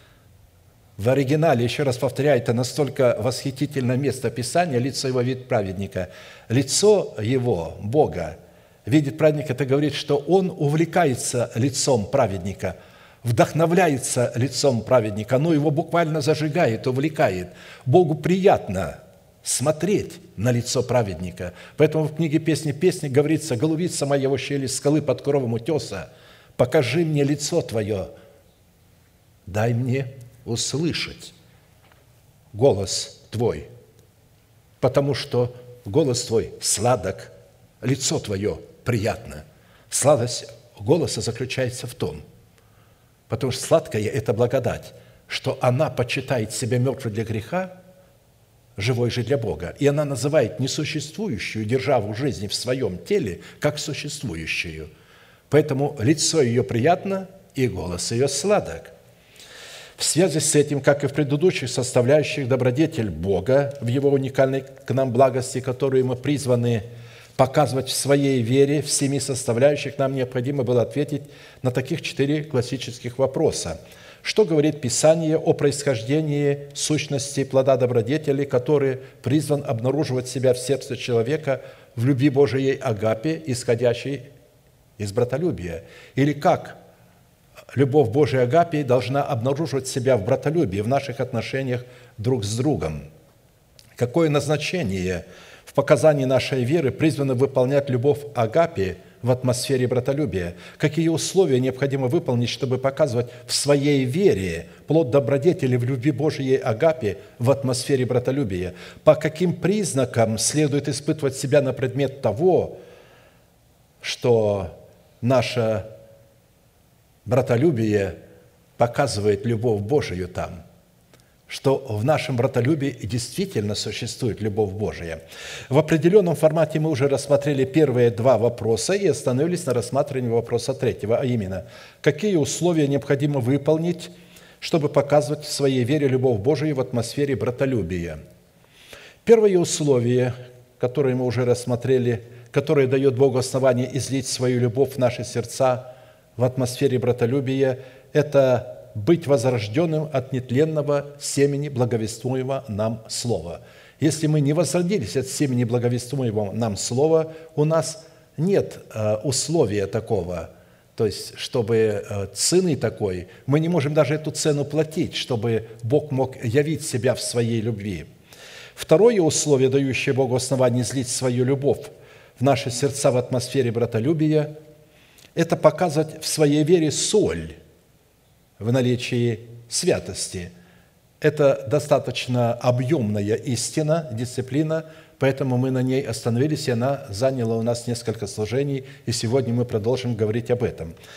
В оригинале, еще раз повторяю, это настолько восхитительное место Писания, лицо Его видит праведника. Лицо Его, Бога, видит праведника, это говорит, что Он увлекается лицом праведника, вдохновляется лицом праведника, оно его буквально зажигает, увлекает. Богу приятно смотреть на лицо праведника. Поэтому в книге «Песни песни» говорится: «Голубица моя в ущелье скалы под кровом утеса, покажи мне лицо Твое, дай мне услышать голос Твой, потому что голос Твой сладок, лицо Твое приятно». Сладость голоса заключается в том, потому что сладкое – это благодать, что она почитает себя мертвой для греха, живой же для Бога. И она называет несуществующую державу жизни в своем теле как существующую. Поэтому лицо ее приятно, и голос ее сладок. В связи с этим, как и в предыдущих составляющих, добродетель Бога в Его уникальной к нам благости, которую мы призваны показывать в своей вере, в семи составляющих, нам необходимо было ответить на таких четыре классических вопроса. Что говорит Писание о происхождении сущности плода добродетели, который призван обнаруживать себя в сердце человека в любви Божией агапе, исходящей из братолюбия? Или как любовь Божией агапе должна обнаруживать себя в братолюбии, в наших отношениях друг с другом? Какое назначение в показании нашей веры призваны выполнять любовь агапе в атмосфере братолюбия? Какие условия необходимо выполнить, чтобы показывать в своей вере плод добродетели в любви Божией агапе в атмосфере братолюбия? По каким признакам следует испытывать себя на предмет того, что наше братолюбие показывает любовь Божию там, что в нашем братолюбии действительно существует любовь Божия. В определенном формате мы уже рассмотрели первые два вопроса и остановились на рассматривании вопроса третьего, а именно, какие условия необходимо выполнить, чтобы показывать в своей вере любовь Божию в атмосфере братолюбия. Первое условие, которое мы уже рассмотрели, которое дает Богу основание излить свою любовь в наши сердца в атмосфере братолюбия, это быть возрожденным от нетленного семени благовествуемого нам Слова. Если мы не возродились от семени благовествуемого нам Слова, у нас нет э, условия такого, то есть, чтобы э, цены такой, мы не можем даже эту цену платить, чтобы Бог мог явить себя в своей любви. Второе условие, дающее Богу основание излить свою любовь в наши сердца в атмосфере братолюбия, это показывать в своей вере соль в наличии святости. Это достаточно объемная истина, дисциплина, поэтому мы на ней остановились, и она заняла у нас несколько служений, и сегодня мы продолжим говорить об этом.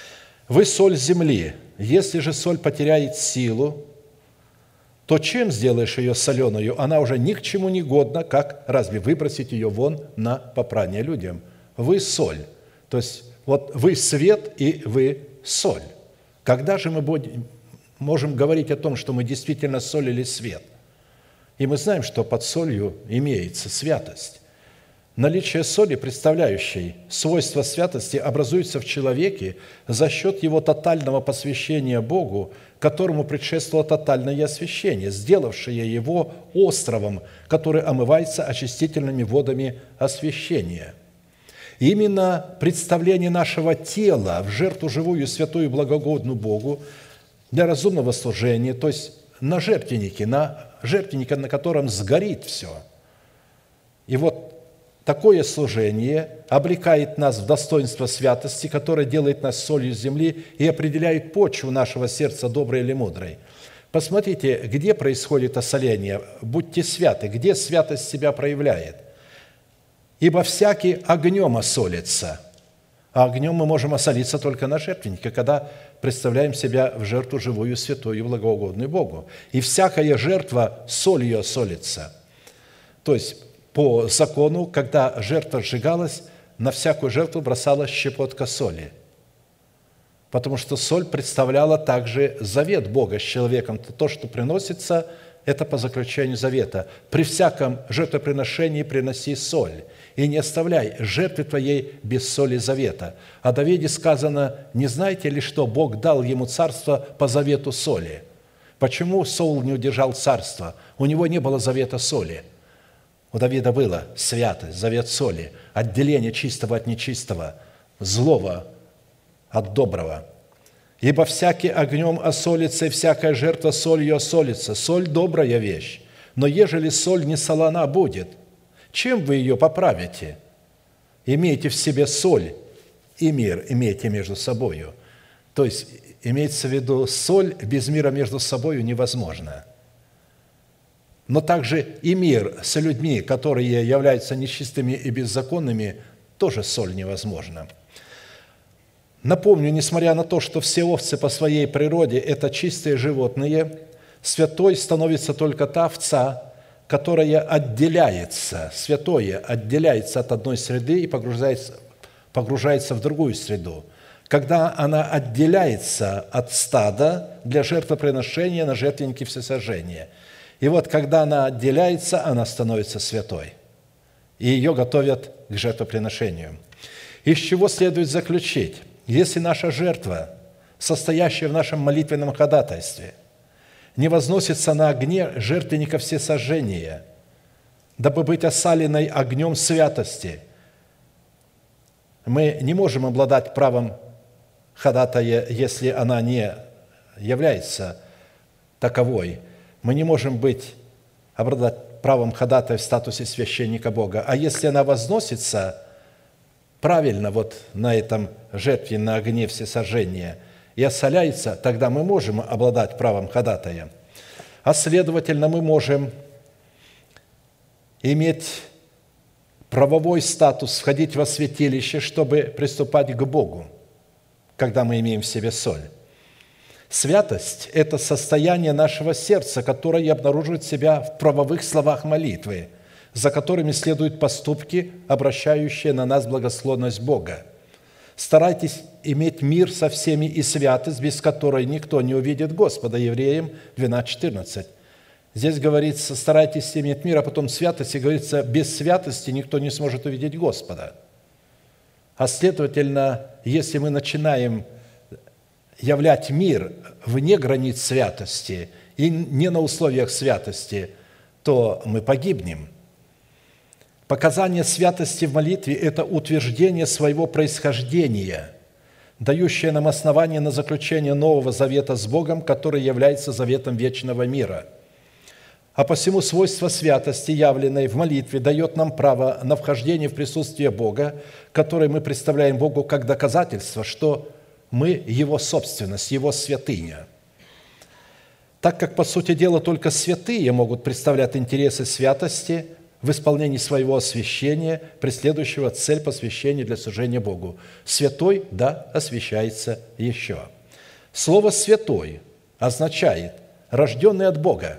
Вы соль земли. Если же соль потеряет силу, то чем сделаешь ее соленую? Она уже ни к чему не годна, как разве выбросить ее вон на попрание людям? Вы соль. То есть вот вы свет и вы соль. Когда же мы будем, можем говорить о том, что мы действительно соль или свет? И мы знаем, что под солью имеется святость. Наличие соли, представляющей свойства святости, образуется в человеке за счет его тотального посвящения Богу, которому предшествовало тотальное освящение, сделавшее его островом, который омывается очистительными водами освящения. И именно представление нашего тела в жертву живую, святую, благогодную Богу для разумного служения, то есть на жертвеннике, на жертвеннике, на котором сгорит все. И вот такое служение облекает нас в достоинство святости, которое делает нас солью земли и определяет почву нашего сердца, доброй или мудрой. Посмотрите, где происходит осоление. Будьте святы, где святость себя проявляет. «Ибо всякий огнем осолится». А огнем мы можем осолиться только на жертвеннике, когда представляем себя в жертву живую, святую и благоугодную Богу. «И всякая жертва солью осолится». То есть, по закону, когда жертва сжигалась, на всякую жертву бросалась щепотка соли. Потому что соль представляла также завет Бога с человеком. То, что приносится, это по заключению завета. «При всяком жертвоприношении приноси соль, и не оставляй жертвы твоей без соли завета». О Давиде сказано: «Не знаете ли, что Бог дал ему царство по завету соли?» Почему Саул не удержал царство? У него не было завета соли. У Давида было святость, завет соли, отделение чистого от нечистого, злого от доброго. «Ибо всякий огнем осолится, и всякая жертва солью осолится». Соль – добрая вещь, но ежели соль не солона будет, чем вы ее поправите? Имейте в себе соль и мир, имейте между собою. То есть, имеется в виду, соль без мира между собою невозможно. Но также и мир с людьми, которые являются нечистыми и беззаконными, тоже соль невозможна. Напомню, несмотря на то, что все овцы по своей природе – это чистые животные, святой становится только та овца, которая отделяется, святое отделяется от одной среды и погружается, погружается в другую среду. Когда она отделяется от стада для жертвоприношения на жертвеннике всесожжения. И вот, когда она отделяется, она становится святой. И ее готовят к жертвоприношению. Из чего следует заключить? Если наша жертва, состоящая в нашем молитвенном ходатайстве, не возносится на огне жертвенника всесожжения, дабы быть осаленной огнем святости, мы не можем обладать правом ходатая, если она не является таковой. Мы не можем быть, обладать правом ходатая в статусе священника Бога. А если она возносится правильно вот на этом жертве, на огне всесожжения, и осоляется, тогда мы можем обладать правом ходатая. А следовательно, мы можем иметь правовой статус, входить во святилище, чтобы приступать к Богу, когда мы имеем в себе соль. Святость – это состояние нашего сердца, которое обнаруживает себя в правовых словах молитвы, за которыми следуют поступки, обращающие на нас благосклонность Бога. Старайтесь иметь мир со всеми и святость, без которой никто не увидит Господа. Евреям двенадцать четырнадцать. Здесь говорится, старайтесь иметь мир, а потом святость, и говорится, без святости никто не сможет увидеть Господа. А следовательно, если мы начинаем являть мир вне границ святости и не на условиях святости, то мы погибнем. Показание святости в молитве – это утверждение своего происхождения, дающее нам основание на заключение нового завета с Богом, который является заветом вечного мира. А посему свойство святости, явленной в молитве, дает нам право на вхождение в присутствие Бога, которое мы представляем Богу как доказательство, что мы Его собственность, Его святыня. Так как, по сути дела, только святые могут представлять интересы святости, в исполнении своего освящения, преследующего цель посвящения для служения Богу. Святой, да, освящается еще. Слово «святой» означает рожденный от Бога,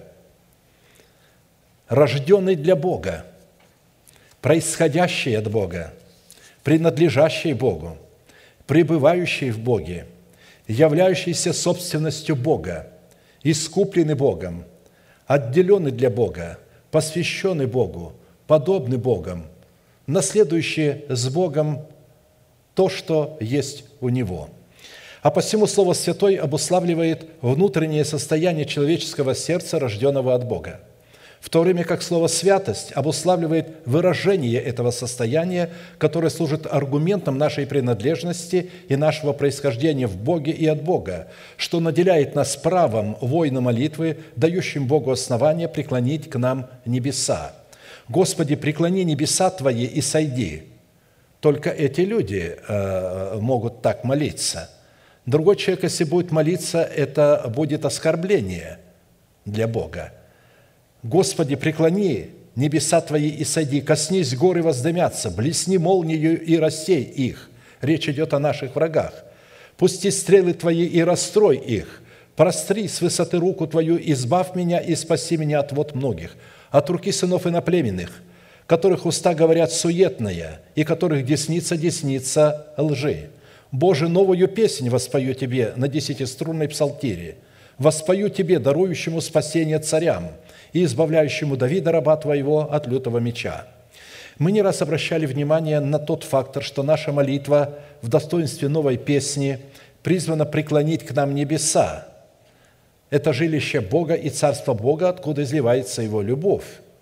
рожденный для Бога, происходящий от Бога, принадлежащий Богу, пребывающий в Боге, являющийся собственностью Бога, искупленный Богом, отделенный для Бога, посвященный Богу, подобный Богом, наследующий с Богом то, что есть у Него. А посему слово «святой» обуславливает внутреннее состояние человеческого сердца, рожденного от Бога, в то время как слово «святость» обуславливает выражение этого состояния, которое служит аргументом нашей принадлежности и нашего происхождения в Боге и от Бога, что наделяет нас правом воина молитвы, дающим Богу основание преклонить к нам небеса. «Господи, преклони небеса Твои и сойди». Только эти люди э, могут так молиться. Другой человек, если будет молиться, это будет оскорбление для Бога. «Господи, преклони небеса Твои и сойди, коснись горы воздымятся, блесни молнию и рассей их». Речь идет о наших врагах. «Пусти стрелы Твои и расстрой их, простри с высоты руку Твою, избавь меня и спаси меня от вод многих, от руки сынов иноплеменных, которых уста говорят суетное, и которых десница десница лжи. Боже, новую песнь воспою Тебе на десятиструнной псалтире, воспою Тебе, дарующему спасение царям, и избавляющему Давида, раба Твоего, от лютого меча». Мы не раз обращали внимание на тот фактор, что наша молитва в достоинстве новой песни призвана преклонить к нам небеса. Это жилище Бога и царство Бога, откуда изливается Его любовь.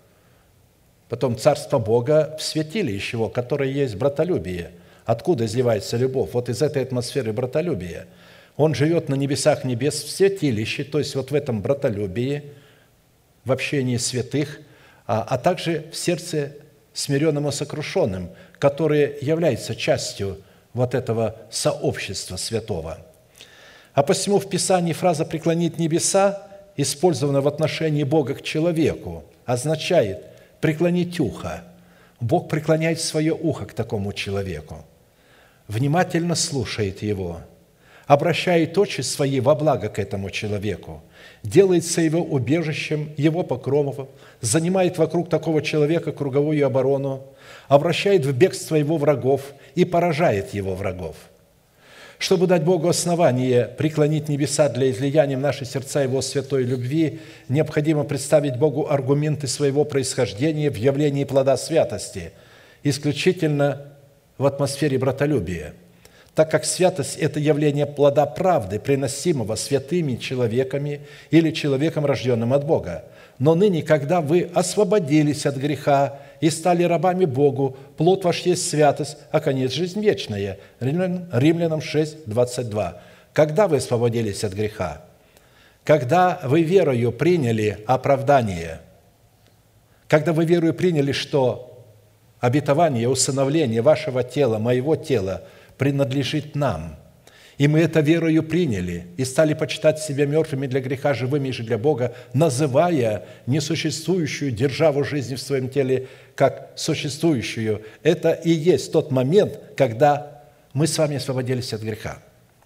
Потом царство Бога в святилище Его, которое есть братолюбие. Откуда изливается любовь? Вот из этой атмосферы братолюбия. Он живет на небесах небес в святилище, то есть вот в этом братолюбии, в общении святых, а, а также в сердце смиренным и сокрушенным, которое является частью вот этого сообщества святого. А посему в Писании фраза «преклонить небеса», использована в отношении Бога к человеку, означает преклонить ухо. Бог преклоняет свое ухо к такому человеку, внимательно слушает его, обращает очи свои во благо к этому человеку, делается его убежищем, его покровом, занимает вокруг такого человека круговую оборону, обращает в бегство его врагов и поражает его врагов. Чтобы дать Богу основание преклонить небеса для излияния в наши сердца Его святой любви, необходимо представить Богу аргументы своего происхождения в явлении плода святости, исключительно в атмосфере братолюбия, так как святость – это явление плода правды, приносимого святыми человеками или человеком, рожденным от Бога. Но ныне, когда вы освободились от греха и стали рабами Богу, плод ваш есть святость, а конец – жизнь вечная». Римлянам шесть, двадцать два. Когда вы освободились от греха? Когда вы верою приняли оправдание, когда вы верою приняли, что обетование, усыновление вашего тела, моего тела принадлежит нам, и мы это верою приняли и стали почитать себя мертвыми для греха, живыми же для Бога, называя несуществующую державу жизни в своем теле как существующую. Это и есть тот момент, когда мы с вами освободились от греха.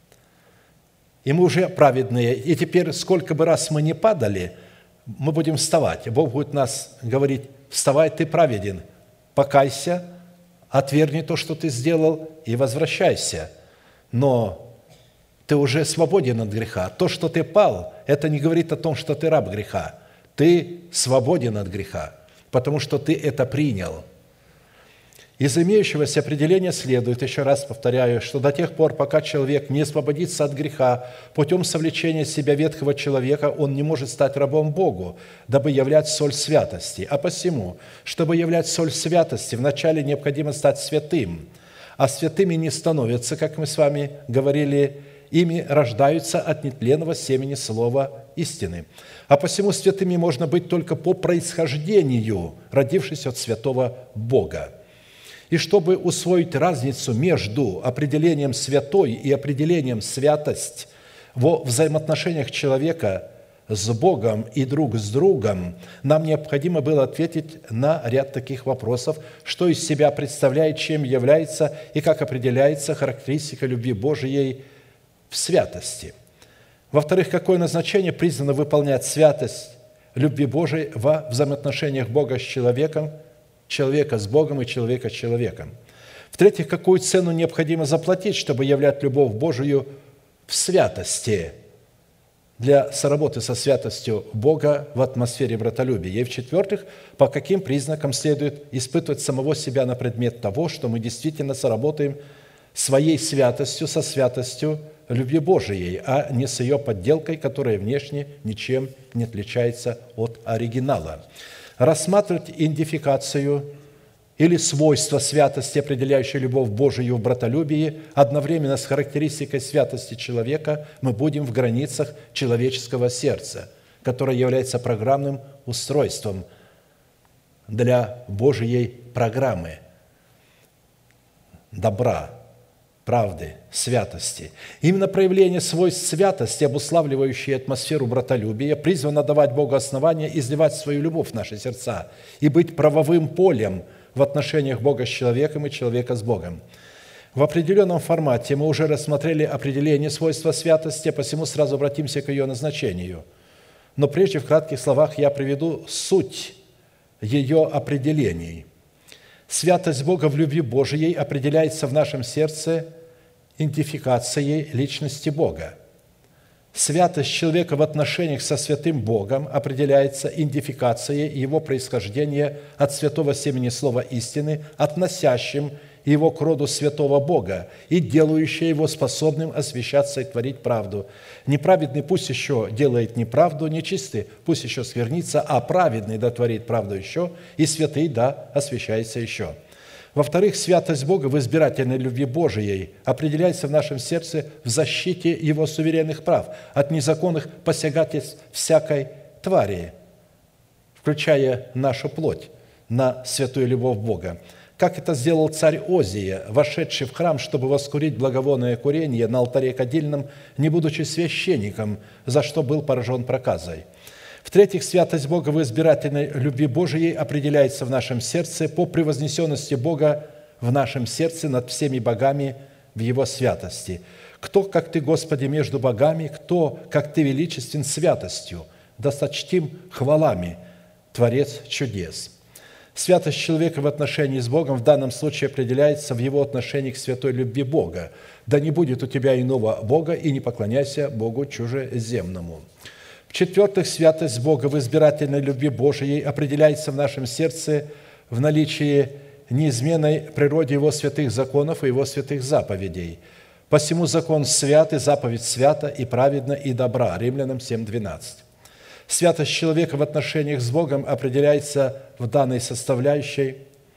И мы уже праведные. И теперь, сколько бы раз мы не падали, мы будем вставать. И Бог будет нас говорить: «Вставай, ты праведен, покайся, отвергни то, что ты сделал, и возвращайся». Но ты уже свободен от греха. То, что ты пал, это не говорит о том, что ты раб греха. Ты свободен от греха, потому что ты это принял. Из имеющегося определения следует, еще раз повторяю, что до тех пор, пока человек не освободится от греха путем совлечения себя ветхого человека, он не может стать рабом Богу, дабы являть соль святости. А посему, чтобы являть соль святости, вначале необходимо стать святым, а святыми не становятся, как мы с вами говорили, ими рождаются от нетленного семени слова истины. А посему святыми можно быть только по происхождению, родившись от святого Бога. И чтобы усвоить разницу между определением «святой» и определением «святость» во взаимоотношениях человека с Богом и друг с другом, нам необходимо было ответить на ряд таких вопросов, что из себя представляет, чем является и как определяется характеристика любви Божией в святости. Во-вторых, какое назначение призвано выполнять святость любви Божией во взаимоотношениях Бога с человеком, человека с Богом и человека с человеком. В-третьих, какую цену необходимо заплатить, чтобы являть любовь Божию в святости для соработы со святостью Бога в атмосфере братолюбия. И в-четвертых, по каким признакам следует испытывать самого себя на предмет того, что мы действительно соработаем своей святостью со святостью любви Божией, а не с ее подделкой, которая внешне ничем не отличается от оригинала. Рассматривать идентификацию или свойства святости, определяющие любовь Божию в братолюбии, одновременно с характеристикой святости человека, мы будем в границах человеческого сердца, которое является программным устройством для Божией программы добра, правды, святости. Именно проявление свойств святости, обуславливающие атмосферу братолюбия, призвано давать Богу основания изливать свою любовь в наши сердца и быть правовым полем в отношениях Бога с человеком и человека с Богом. В определенном формате мы уже рассмотрели определение свойства святости, посему сразу обратимся к ее назначению. Но прежде в кратких словах я приведу суть ее определений. Святость Бога в любви Божией определяется в нашем сердце идентификацией личности Бога. Святость человека в отношениях со святым Богом определяется идентификацией его происхождения от святого семени слова истины, относящим его к роду святого Бога и делающее его способным освящаться и творить правду. Неправедный пусть еще делает неправду, нечистый пусть еще сквернится, а праведный да творит правду еще, и святый да освящается еще. Во-вторых, святость Бога в избирательной любви Божией определяется в нашем сердце в защите Его суверенных прав от незаконных посягательств всякой твари, включая нашу плоть на святую любовь Бога. Как это сделал царь Озия, вошедший в храм, чтобы воскурить благовонное курение на алтаре кадильном, не будучи священником, за что был поражен проказой. В-третьих, святость Бога в избирательной любви Божией определяется в нашем сердце по превознесенности Бога в нашем сердце над всеми богами в Его святости. «Кто, как Ты, Господи, между богами? Кто, как Ты, величествен святостью? Досточтим хвалами, Творец чудес». Святость человека в отношении с Богом в данном случае определяется в его отношении к святой любви Бога. «Да не будет у тебя иного Бога, и не поклоняйся Богу чужеземному». В-четвертых, святость Бога в избирательной любви Божией определяется в нашем сердце в наличии неизменной природе Его святых законов и Его святых заповедей. «Посему закон свят, и заповедь свята, и праведна, и добра». Римлянам семь двенадцать. Святость человека в отношениях с Богом определяется в данной составляющей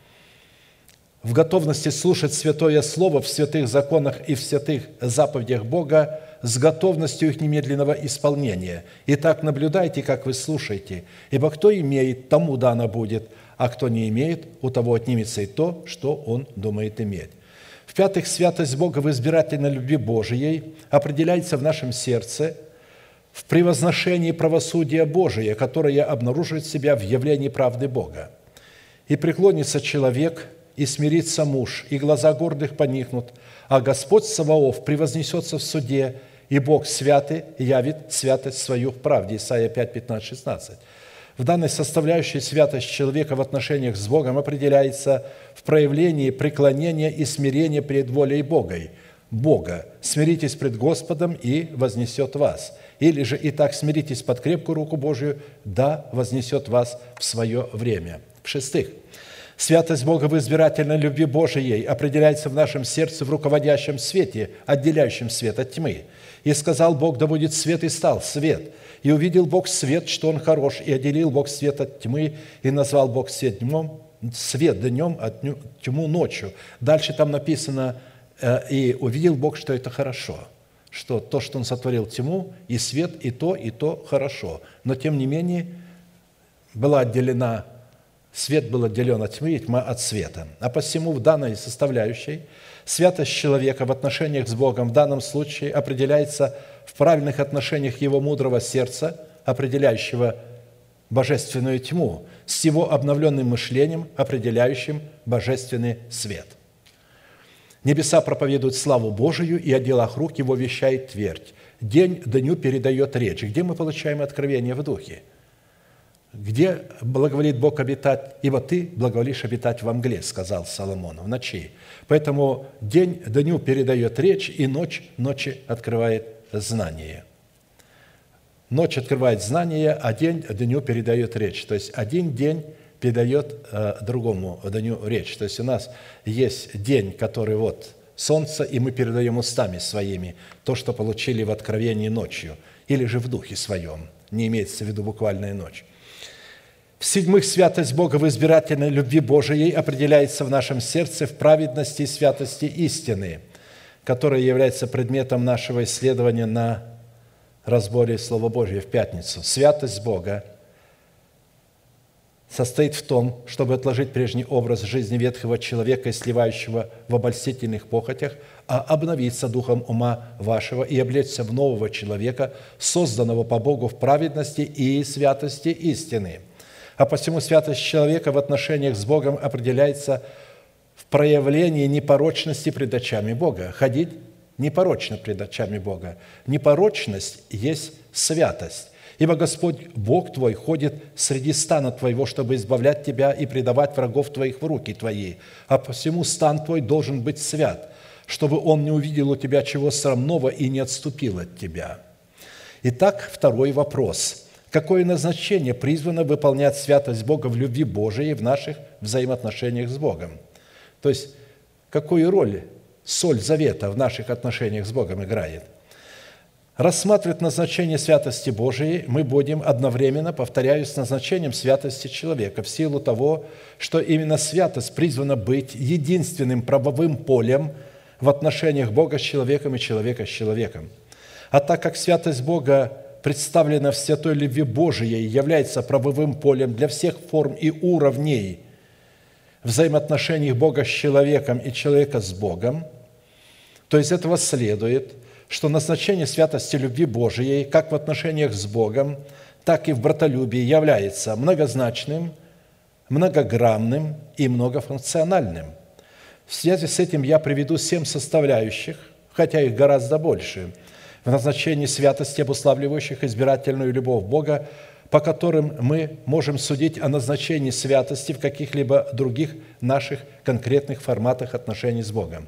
в готовности слушать святое Слово в святых законах и в святых заповедях Бога с готовностью их немедленного исполнения. Итак, наблюдайте, как вы слушаете, ибо кто имеет, тому дано будет, а кто не имеет, у того отнимется и то, что он думает иметь. В-пятых, святость Бога в избирательной любви Божией определяется в нашем сердце в превозношении правосудия Божия, которое обнаруживает себя в явлении правды Бога. «И преклонится человек, и смирится муж, и глаза гордых поникнут, а Господь Саваоф превознесется в суде, и Бог святый явит святость свою в правде». Исайя пять, пятнадцать, шестнадцать. В данной составляющей святость человека в отношениях с Богом определяется в проявлении преклонения и смирения пред волей Бога. Бога. «Смиритесь пред Господом, и вознесет вас». Или же «Итак, смиритесь под крепкую руку Божию, да вознесет вас в свое время». В-шестых, святость Бога в избирательной любви Божией определяется в нашем сердце в руководящем свете, отделяющем свет от тьмы. «И сказал Бог, да будет свет, и стал свет. И увидел Бог свет, что он хорош, и отделил Бог свет от тьмы, и назвал Бог свет днем, свет днем, а тьму ночью». Дальше там написано «И увидел Бог, что это хорошо». Что то, что Он сотворил тьму, и свет, и то, и то хорошо. Но, тем не менее, была отделена, свет был отделен от тьмы, и тьма от света. А посему в данной составляющей святость человека в отношениях с Богом в данном случае определяется в правильных отношениях его мудрого сердца определяющего божественную тьму, с его обновленным мышлением, определяющим божественный свет. Небеса проповедуют славу Божию, и о делах рук его вещает твердь. День дню передает речь. Где мы получаем откровение в духе? Где благоволит Бог обитать? Ибо ты благоволишь обитать во мгле, сказал Соломон, в ночи. Поэтому день дню передает речь, и ночь ночи открывает знание. Ночь открывает знание, а день дню передает речь. То есть один день передает э, другому дню речь. То есть у нас есть день, который вот солнце, и мы передаем устами своими то, что получили в откровении ночью, или же в духе своем, не имеется в виду буквальная ночь. В-седьмых, святость Бога в избирательной любви Божией определяется в нашем сердце в праведности и святости истины, которая является предметом нашего исследования на разборе Слова Божьего в пятницу. Святость Бога состоит в том, чтобы отложить прежний образ жизни ветхого человека и сливающего в обольстительных похотях, а обновиться духом ума вашего и облечься в нового человека, созданного по Богу в праведности и святости истины. А посему святость человека в отношениях с Богом определяется в проявлении непорочности пред очами Бога. Ходить непорочно пред очами Бога. Непорочность есть святость. Ибо Господь Бог твой ходит среди стана твоего, чтобы избавлять тебя и предавать врагов твоих в руки твои. А посему стан твой должен быть свят, чтобы он не увидел у тебя чего срамного и не отступил от тебя. Итак, второй вопрос. Какое назначение призвано выполнять святость Бога в любви Божией в наших взаимоотношениях с Богом? То есть, какую роль соль завета в наших отношениях с Богом играет? Рассматривать назначение святости Божией мы будем одновременно, повторяю, с назначением святости человека, в силу того, что именно святость призвана быть единственным правовым полем в отношениях Бога с человеком и человека с человеком. А так как святость Бога представлена в святой любви Божией, является правовым полем для всех форм и уровней взаимоотношений Бога с человеком и человека с Богом, то из этого следует, что назначение святости любви Божией как в отношениях с Богом, так и в братолюбии является многозначным, многогранным и многофункциональным. В связи с этим я приведу семь составляющих, хотя их гораздо больше, в назначении святости, обуславливающих избирательную любовь Бога, по которым мы можем судить о назначении святости в каких-либо других наших конкретных форматах отношений с Богом.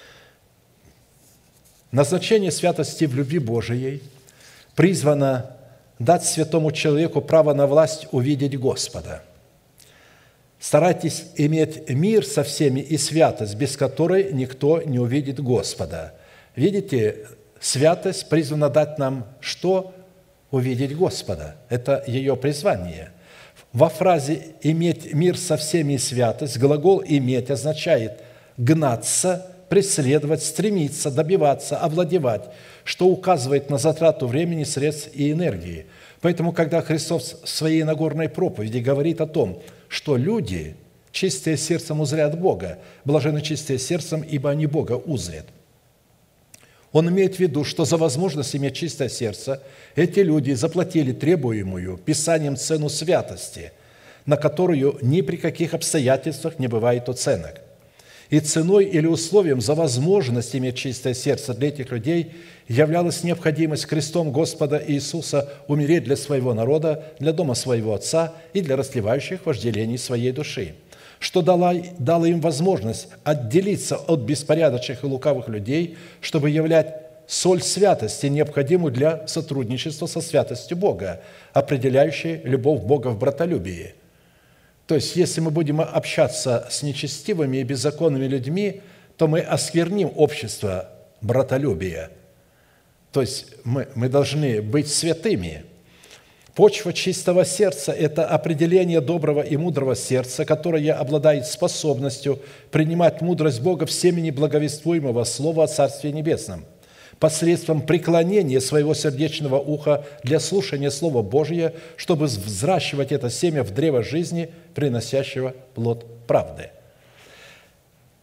Назначение святости в любви Божией призвано дать святому человеку право на власть увидеть Господа. Старайтесь иметь мир со всеми и святость, без которой никто не увидит Господа. Видите, святость призвана дать нам что? Увидеть Господа. Это ее призвание. Во фразе «иметь мир со всеми и святость» глагол «иметь» означает «гнаться», преследовать, стремиться, добиваться, овладевать, что указывает на затрату времени, средств и энергии. Поэтому, когда Христос в своей Нагорной проповеди говорит о том, что люди, чистые сердцем, узрят Бога, блаженны чистые сердцем, ибо они Бога узрят, Он имеет в виду, что за возможность иметь чистое сердце эти люди заплатили требуемую Писанием цену святости, на которую ни при каких обстоятельствах не бывает оценок. И ценой или условием за возможность иметь чистое сердце для этих людей являлась необходимость крестом Господа Иисуса умереть для своего народа, для дома своего Отца и для растлевающих вожделений своей души, что дало, дало им возможность отделиться от беспорядочных и лукавых людей, чтобы являть соль святости, необходимую для сотрудничества со святостью Бога, определяющей любовь Бога в братолюбии. То есть, если мы будем общаться с нечестивыми и беззаконными людьми, то мы оскверним общество братолюбия. То есть, мы, мы должны быть святыми. Почва чистого сердца – это определение доброго и мудрого сердца, которое обладает способностью принимать мудрость Бога в семени благовествуемого Слова о Царстве Небесном, посредством преклонения своего сердечного уха для слушания Слова Божия, чтобы взращивать это семя в древо жизни, приносящего плод правды.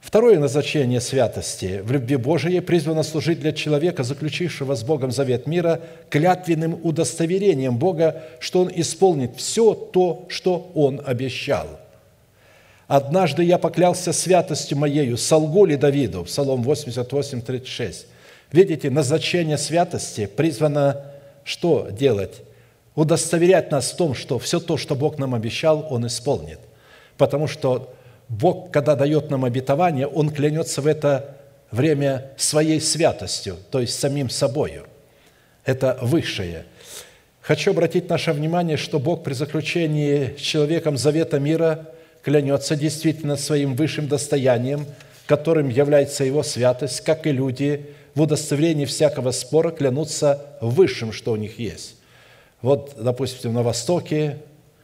Второе назначение святости в любви Божией призвано служить для человека, заключившего с Богом завет мира, клятвенным удостоверением Бога, что он исполнит все то, что он обещал. «Однажды я поклялся святостью моею, солгу ли Давиду?» Псалом восемьдесят восемь, тридцать шесть. Видите, назначение святости призвано что делать? Удостоверять нас в том, что все то, что Бог нам обещал, Он исполнит. Потому что Бог, когда дает нам обетование, Он клянется в это время своей святостью, то есть самим собою. Это высшее. Хочу обратить наше внимание, что Бог при заключении с человеком завета мира клянется действительно своим высшим достоянием, которым является Его святость, как и люди в удостоверении всякого спора клянутся высшим, что у них есть. Вот, допустим, на Востоке,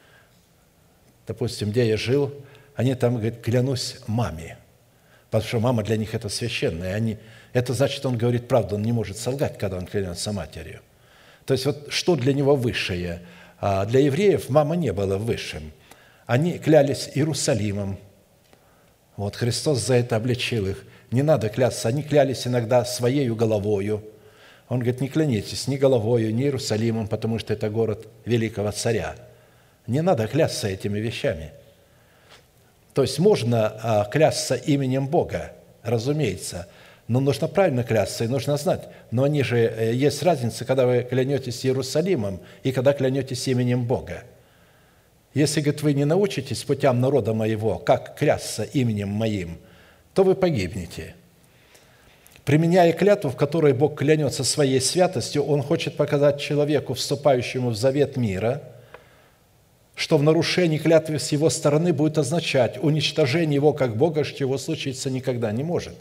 допустим, где я жил, они там говорят: клянусь маме, потому что мама для них это священное. Они, это значит, он говорит правду, он не может солгать, когда он клянется матерью. То есть вот что для него высшее? А для евреев мама не была высшим. Они клялись Иерусалимом. Вот Христос за это обличил их. Не надо клясться. Они клялись иногда своею головою. Он говорит: не клянитесь ни головою, ни Иерусалимом, потому что это город великого царя. Не надо клясться этими вещами. То есть можно клясться именем Бога, разумеется, но нужно правильно клясться и нужно знать. Но они же, есть разница, когда вы клянетесь Иерусалимом и когда клянетесь именем Бога. Если, говорит, вы не научитесь путям народа моего, как клясться именем моим, то вы погибнете. Применяя клятву, в которой Бог клянется своей святостью, Он хочет показать человеку, вступающему в завет мира, что в нарушении клятвы с его стороны будет означать уничтожение его как Бога, чего случиться никогда не может.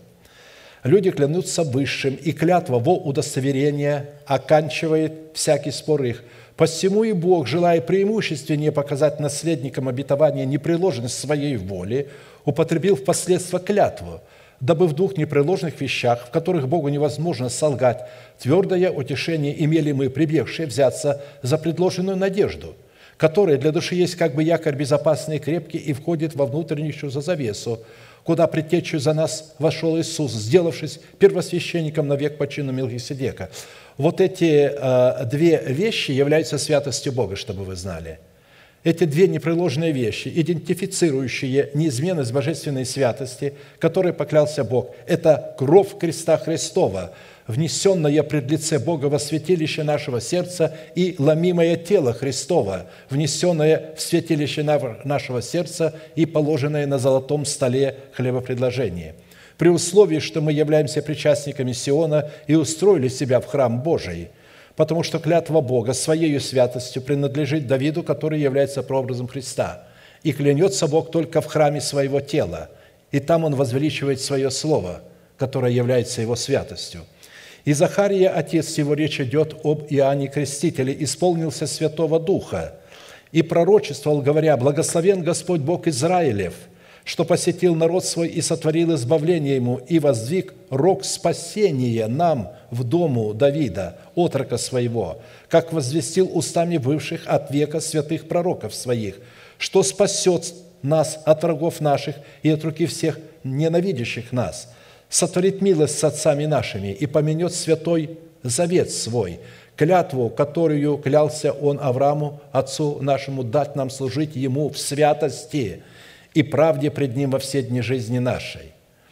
Люди клянутся высшим, и клятва во удостоверение оканчивает всякий спор их. Посему и Бог, желая преимущественнее показать наследникам обетования непреложность своей воли, употребил впоследствии клятву, дабы в двух непреложных вещах, в которых Богу невозможно солгать, твердое утешение имели мы, прибегшие взяться за предложенную надежду, которая для души есть как бы якорь безопасный и крепкий и входит во внутреннюю за завесу, куда предтечью за нас вошел Иисус, сделавшись первосвященником навек по чину Мелхиседека. Вот эти э, две вещи являются святостью Бога, чтобы вы знали. Эти две непреложные вещи, идентифицирующие неизменность божественной святости, которой поклялся Бог, это кровь креста Христова, внесенное пред лице Бога во святилище нашего сердца, и ломимое тело Христова, внесенное в святилище нашего сердца и положенное на золотом столе хлебопредложения. При условии, что мы являемся причастниками Сиона и устроили себя в храм Божий, потому что клятва Бога своей святостью принадлежит Давиду, который является прообразом Христа. И клянется Бог только в храме своего тела, и там Он возвеличивает свое слово, которое является Его святостью. И Захария, отец его, речь идет об Иоанне Крестителе, исполнился Святого Духа и пророчествовал, говоря: «Благословен Господь Бог Израилев, что посетил народ свой и сотворил избавление ему, и воздвиг рог спасения нам в дому Давида, отрока своего, как возвестил устами бывших от века святых пророков своих, что спасет нас от врагов наших и от руки всех ненавидящих нас, сотворит милость с отцами нашими и поменет святой завет свой, клятву, которую клялся Он Аврааму, отцу нашему, дать нам служить Ему в святости и правде пред Ним во все дни жизни нашей».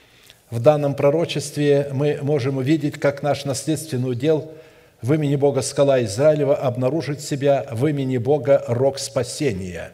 В данном пророчестве мы можем увидеть, как наш наследственный удел в имени Бога Скала Израилева обнаружит себя в имени Бога Рог Спасения,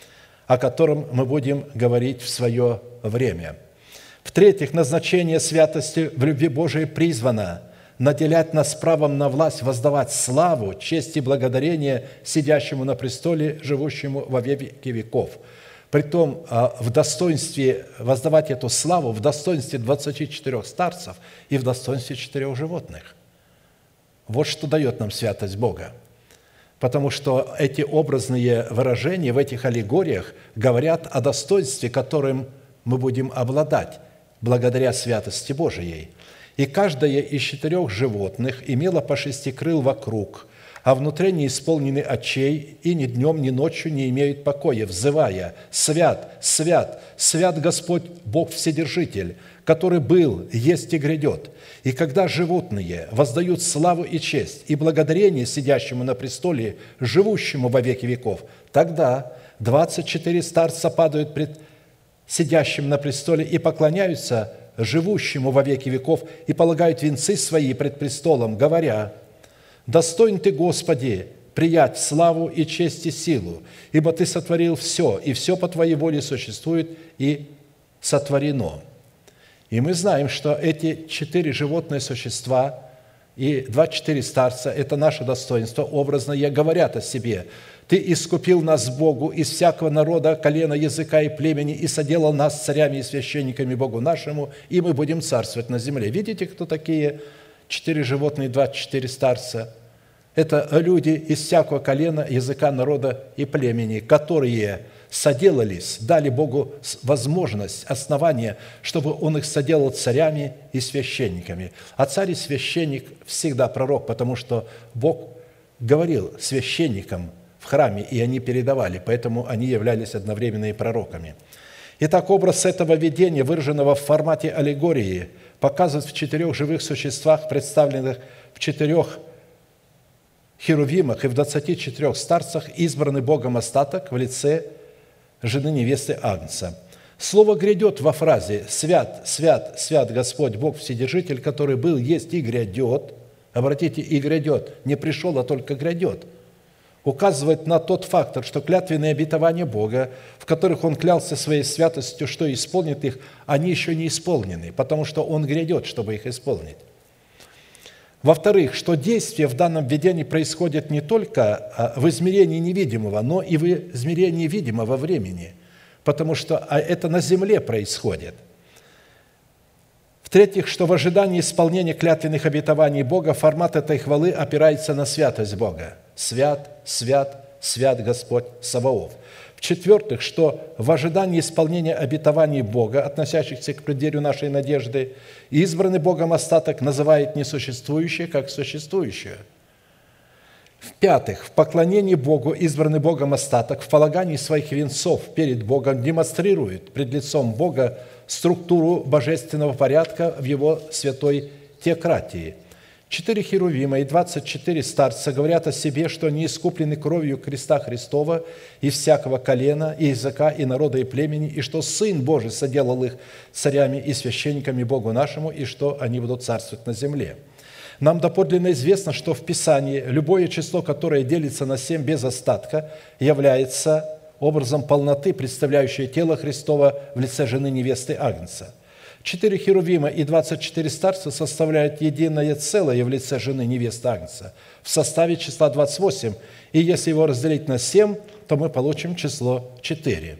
о котором мы будем говорить в свое время. В-третьих, назначение святости в любви Божией призвано наделять нас правом на власть, воздавать славу, честь и благодарение сидящему на престоле, живущему во веки веков. Притом в достоинстве воздавать эту славу, в достоинстве двадцати четырех старцев и в достоинстве четырех животных. Вот что дает нам святость Бога. Потому что эти образные выражения в этих аллегориях говорят о достоинстве, которым мы будем обладать благодаря святости Божией. И каждое из четырех животных имело по шести крыл вокруг, а внутренне исполнены очей, и ни днем, ни ночью не имеют покоя, взывая: «Свят, свят, свят Господь, Бог Вседержитель, который был, есть и грядет». И когда животные воздают славу и честь и благодарение сидящему на престоле, живущему во веки веков, тогда двадцать четыре старца падают пред сидящим на престоле и поклоняются живущему во веки веков и полагают венцы свои пред престолом, говоря: «Достоин Ты, Господи, приять славу и честь и силу, ибо Ты сотворил все, и все по Твоей воле существует и сотворено». И мы знаем, что эти четыре животные существа и двадцать четыре старца – это наше достоинство, образно говорят о себе: «Ты искупил нас Богу из всякого народа, колена, языка и племени, и соделал нас царями и священниками Богу нашему, и мы будем царствовать на земле». Видите, кто такие четыре животные, двадцать четыре старца? Это люди из всякого колена, языка, народа и племени, которые соделались, дали Богу возможность, основание, чтобы Он их соделал царями и священниками. А царь и священник всегда пророк, потому что Бог говорил священникам в храме, и они передавали, поэтому они являлись одновременно и пророками. Итак, образ этого видения, выраженного в формате аллегории, показывает в четырех живых существах, представленных в четырех херувимах и в двадцати четырех старцах, избранный Богом остаток в лице жены невесты Агнца. Слово «грядет» во фразе «Свят, свят, свят Господь, Бог Вседержитель, который был, есть и грядет». Обратите, и грядет, не пришел, а только грядет. Указывает на тот фактор, что клятвенные обетования Бога, в которых Он клялся своей святостью, что исполнит их, они еще не исполнены, потому что Он грядет, чтобы их исполнить. Во-вторых, что действие в данном видении происходит не только в измерении невидимого, но и в измерении видимого времени, потому что это на земле происходит. В-третьих, что в ожидании исполнения клятвенных обетований Бога формат этой хвалы опирается на святость Бога. «Свят, свят, свят Господь Саваоф». В-четвертых, что в ожидании исполнения обетований Бога, относящихся к преддверию нашей надежды, избранный Богом остаток называет несуществующее как существующее. В-пятых, в поклонении Богу избранный Богом остаток в полагании своих венцов перед Богом демонстрирует пред лицом Бога структуру божественного порядка в Его святой теократии. Четыре херувима и двадцать четыре старца говорят о себе, что они искуплены кровью креста Христова из всякого колена, и языка, и народа, и племени, и что Сын Божий соделал их царями и священниками Богу нашему, и что они будут царствовать на земле. Нам доподлинно известно, что в Писании любое число, которое делится на семь без остатка, является образом полноты, представляющее тело Христова в лице жены невесты Агнца. Четыре херувима и двадцать четыре старца составляют единое целое в лице жены невесты Агнца в составе числа двадцать восемь, и если его разделить на семь, то мы получим число четыре,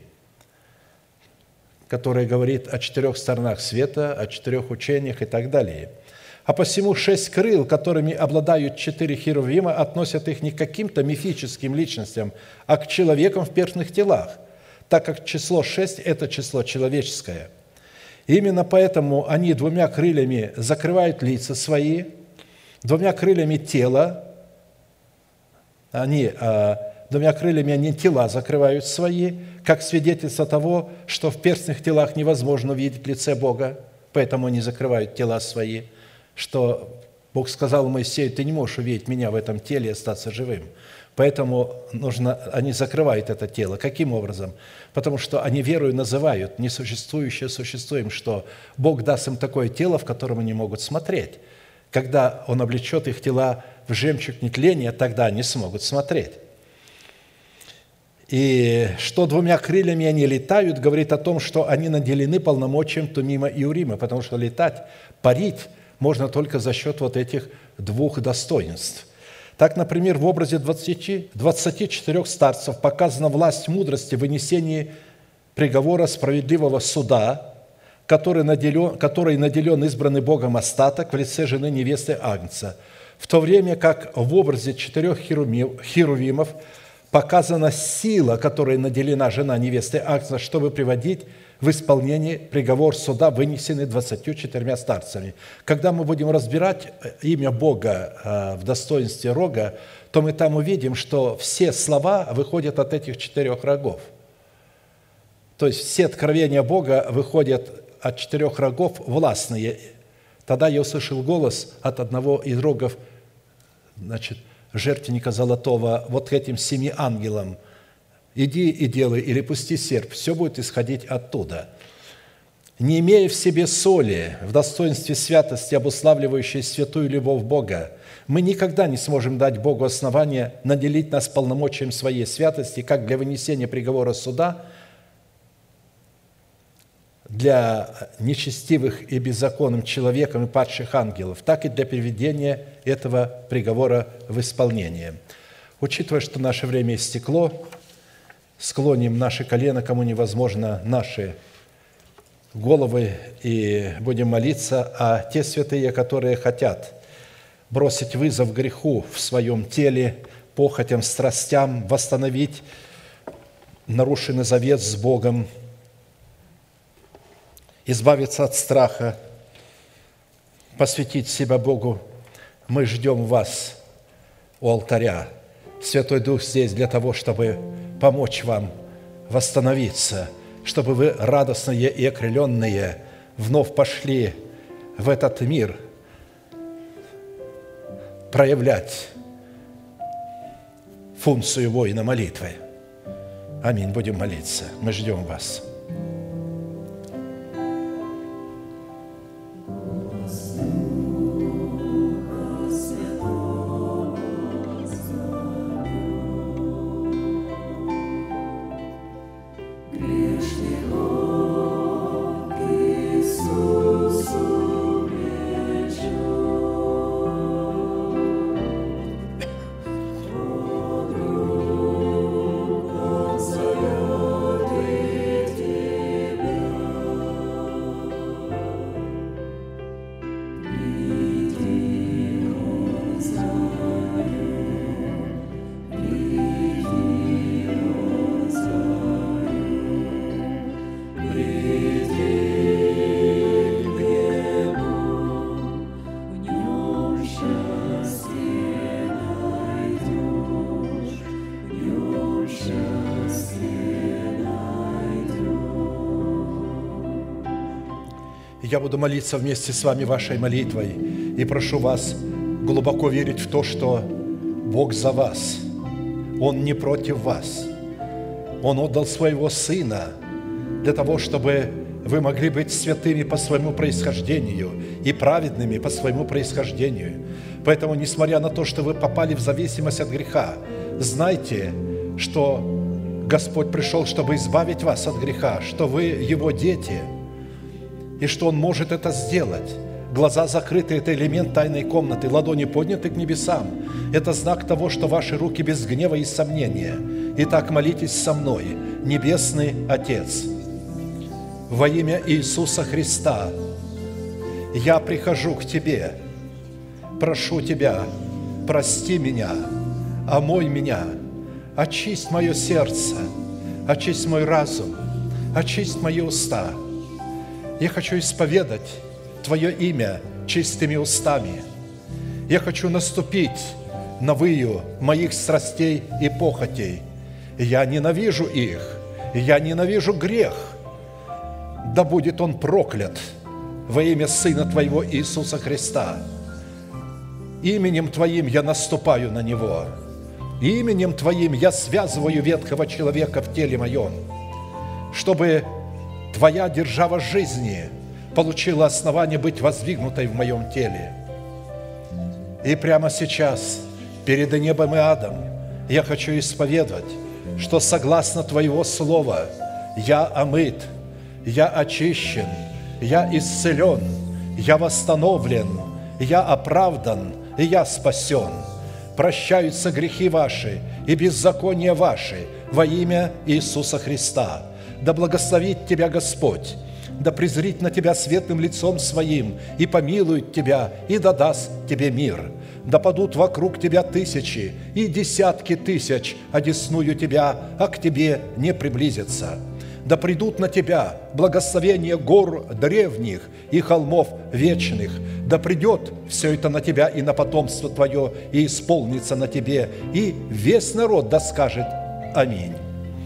которое говорит о четырех сторонах света, о четырех учениях и так далее. А посему шесть крыл, которыми обладают четыре херувима, относят их не к каким-то мифическим личностям, а к человекам в перстных телах, так как число шесть – это число человеческое. Именно поэтому они двумя крыльями закрывают лица свои, двумя крыльями тела, они, двумя крыльями они тела закрывают свои, как свидетельство того, что в перстных телах невозможно увидеть лице Бога, поэтому они закрывают тела свои, что Бог сказал Моисею: «Ты не можешь увидеть меня в этом теле и остаться живым». Поэтому нужно, они закрывают это тело. Каким образом? Потому что они верою называют несуществующее существуем, что Бог даст им такое тело, в котором они могут смотреть. Когда Он облечет их тела в жемчуг нетления, тогда они смогут смотреть. И что двумя крыльями они летают, говорит о том, что они наделены полномочием Тумима и Урима, потому что летать, парить можно только за счет вот этих двух достоинств. Так, например, в образе двадцати, двадцати четырех старцев показана власть мудрости в вынесении приговора справедливого суда, который наделен, который наделен избранный Богом остаток в лице жены невесты Агнца, в то время как в образе четырех херувимов показана сила, которой наделена жена невесты Агнца, чтобы приводить в исполнение приговор суда, вынесенный двадцатью четырьмя старцами. Когда мы будем разбирать имя Бога в достоинстве рога, то мы там увидим, что все слова выходят от этих четырех рогов. То есть все откровения Бога выходят от четырех рогов властные. Тогда я услышал голос от одного из рогов, значит, жертвенника золотого, вот к этим семи ангелам: иди и делай, или пусти серп, все будет исходить оттуда. Не имея в себе соли, в достоинстве святости, обуславливающей святую любовь Бога, мы никогда не сможем дать Богу основание наделить нас полномочием своей святости, как для вынесения приговора суда для нечестивых и беззаконным человеком и падших ангелов, так и для приведения этого приговора в исполнение. Учитывая, что наше время истекло, склоним наши колено, кому невозможно, наши головы, и будем молиться, а те святые, которые хотят бросить вызов греху в своем теле, похотям, страстям, восстановить нарушенный завет с Богом, избавиться от страха, посвятить себя Богу, мы ждем вас у алтаря. Святой Дух здесь для того, чтобы помочь вам восстановиться, чтобы вы, радостные и окрыленные, вновь пошли в этот мир проявлять функцию воина молитвы. Аминь. Будем молиться. Мы ждем вас. Я буду молиться вместе с вами вашей молитвой и прошу вас глубоко верить в то, что Бог за вас. Он не против вас. Он отдал Своего Сына для того, чтобы вы могли быть святыми по своему происхождению и праведными по своему происхождению. Поэтому, несмотря на то, что вы попали в зависимость от греха, знайте, что Господь пришел, чтобы избавить вас от греха, что вы Его дети, и что Он может это сделать. Глаза закрыты – это элемент тайной комнаты, ладони подняты к небесам. Это знак того, что ваши руки без гнева и сомнения. Итак, молитесь со мной, Небесный Отец, во имя Иисуса Христа, я прихожу к Тебе, прошу Тебя, прости меня, омой меня, очисть мое сердце, очисть мой разум, очисть мои уста. Я хочу исповедать Твое имя чистыми устами. Я хочу наступить на выю моих страстей и похотей. Я ненавижу их, я ненавижу грех. Да будет он проклят во имя Сына Твоего Иисуса Христа. Именем Твоим я наступаю на него. Именем Твоим я связываю ветхого человека в теле моем, чтобы Твоя держава жизни получила основание быть воздвигнутой в моем теле. И прямо сейчас, перед небом и адом, я хочу исповедовать, что согласно Твоего Слова я омыт, я очищен, я исцелен, я восстановлен, я оправдан, и я спасен. Прощаются грехи ваши и беззакония ваши во имя Иисуса Христа. Да благословит тебя Господь, да презрит на тебя светлым лицом своим, и помилует тебя, и дадаст тебе мир. Да падут вокруг тебя тысячи и десятки тысяч, одесную тебя, а к тебе не приблизятся. Да придут на тебя благословения гор древних и холмов вечных. Да придет все это на тебя и на потомство твое, и исполнится на тебе, и весь народ да скажет аминь.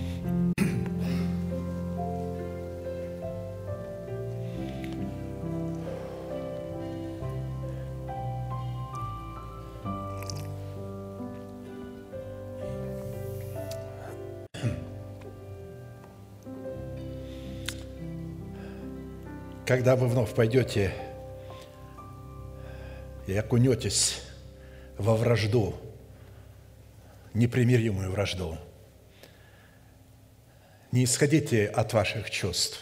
Когда вы вновь пойдете и окунетесь во вражду, непримиримую вражду, не исходите от ваших чувств,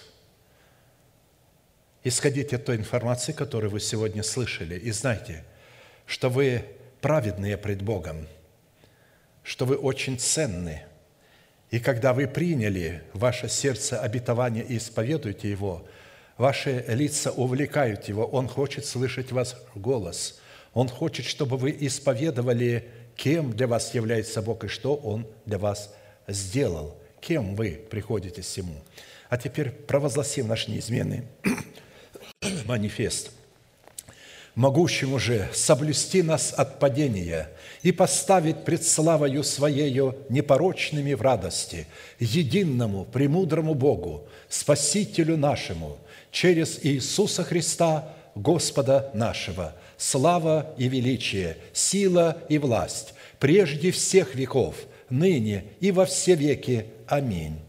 исходите от той информации, которую вы сегодня слышали, и знайте, что вы праведные пред Богом, что вы очень ценны. И когда вы приняли в ваше сердце обетование и исповедуете его, ваши лица увлекают Его, Он хочет слышать ваш голос. Он хочет, чтобы вы исповедовали, кем для вас является Бог и что Он для вас сделал, кем вы приходите к Ему. А теперь провозгласим наш неизменный манифест. «Могущему же соблюсти нас от падения и поставить пред славою Своею непорочными в радости, единому, премудрому Богу, Спасителю нашему, через Иисуса Христа, Господа нашего, слава и величие, сила и власть, прежде всех веков, ныне и во все веки. Аминь».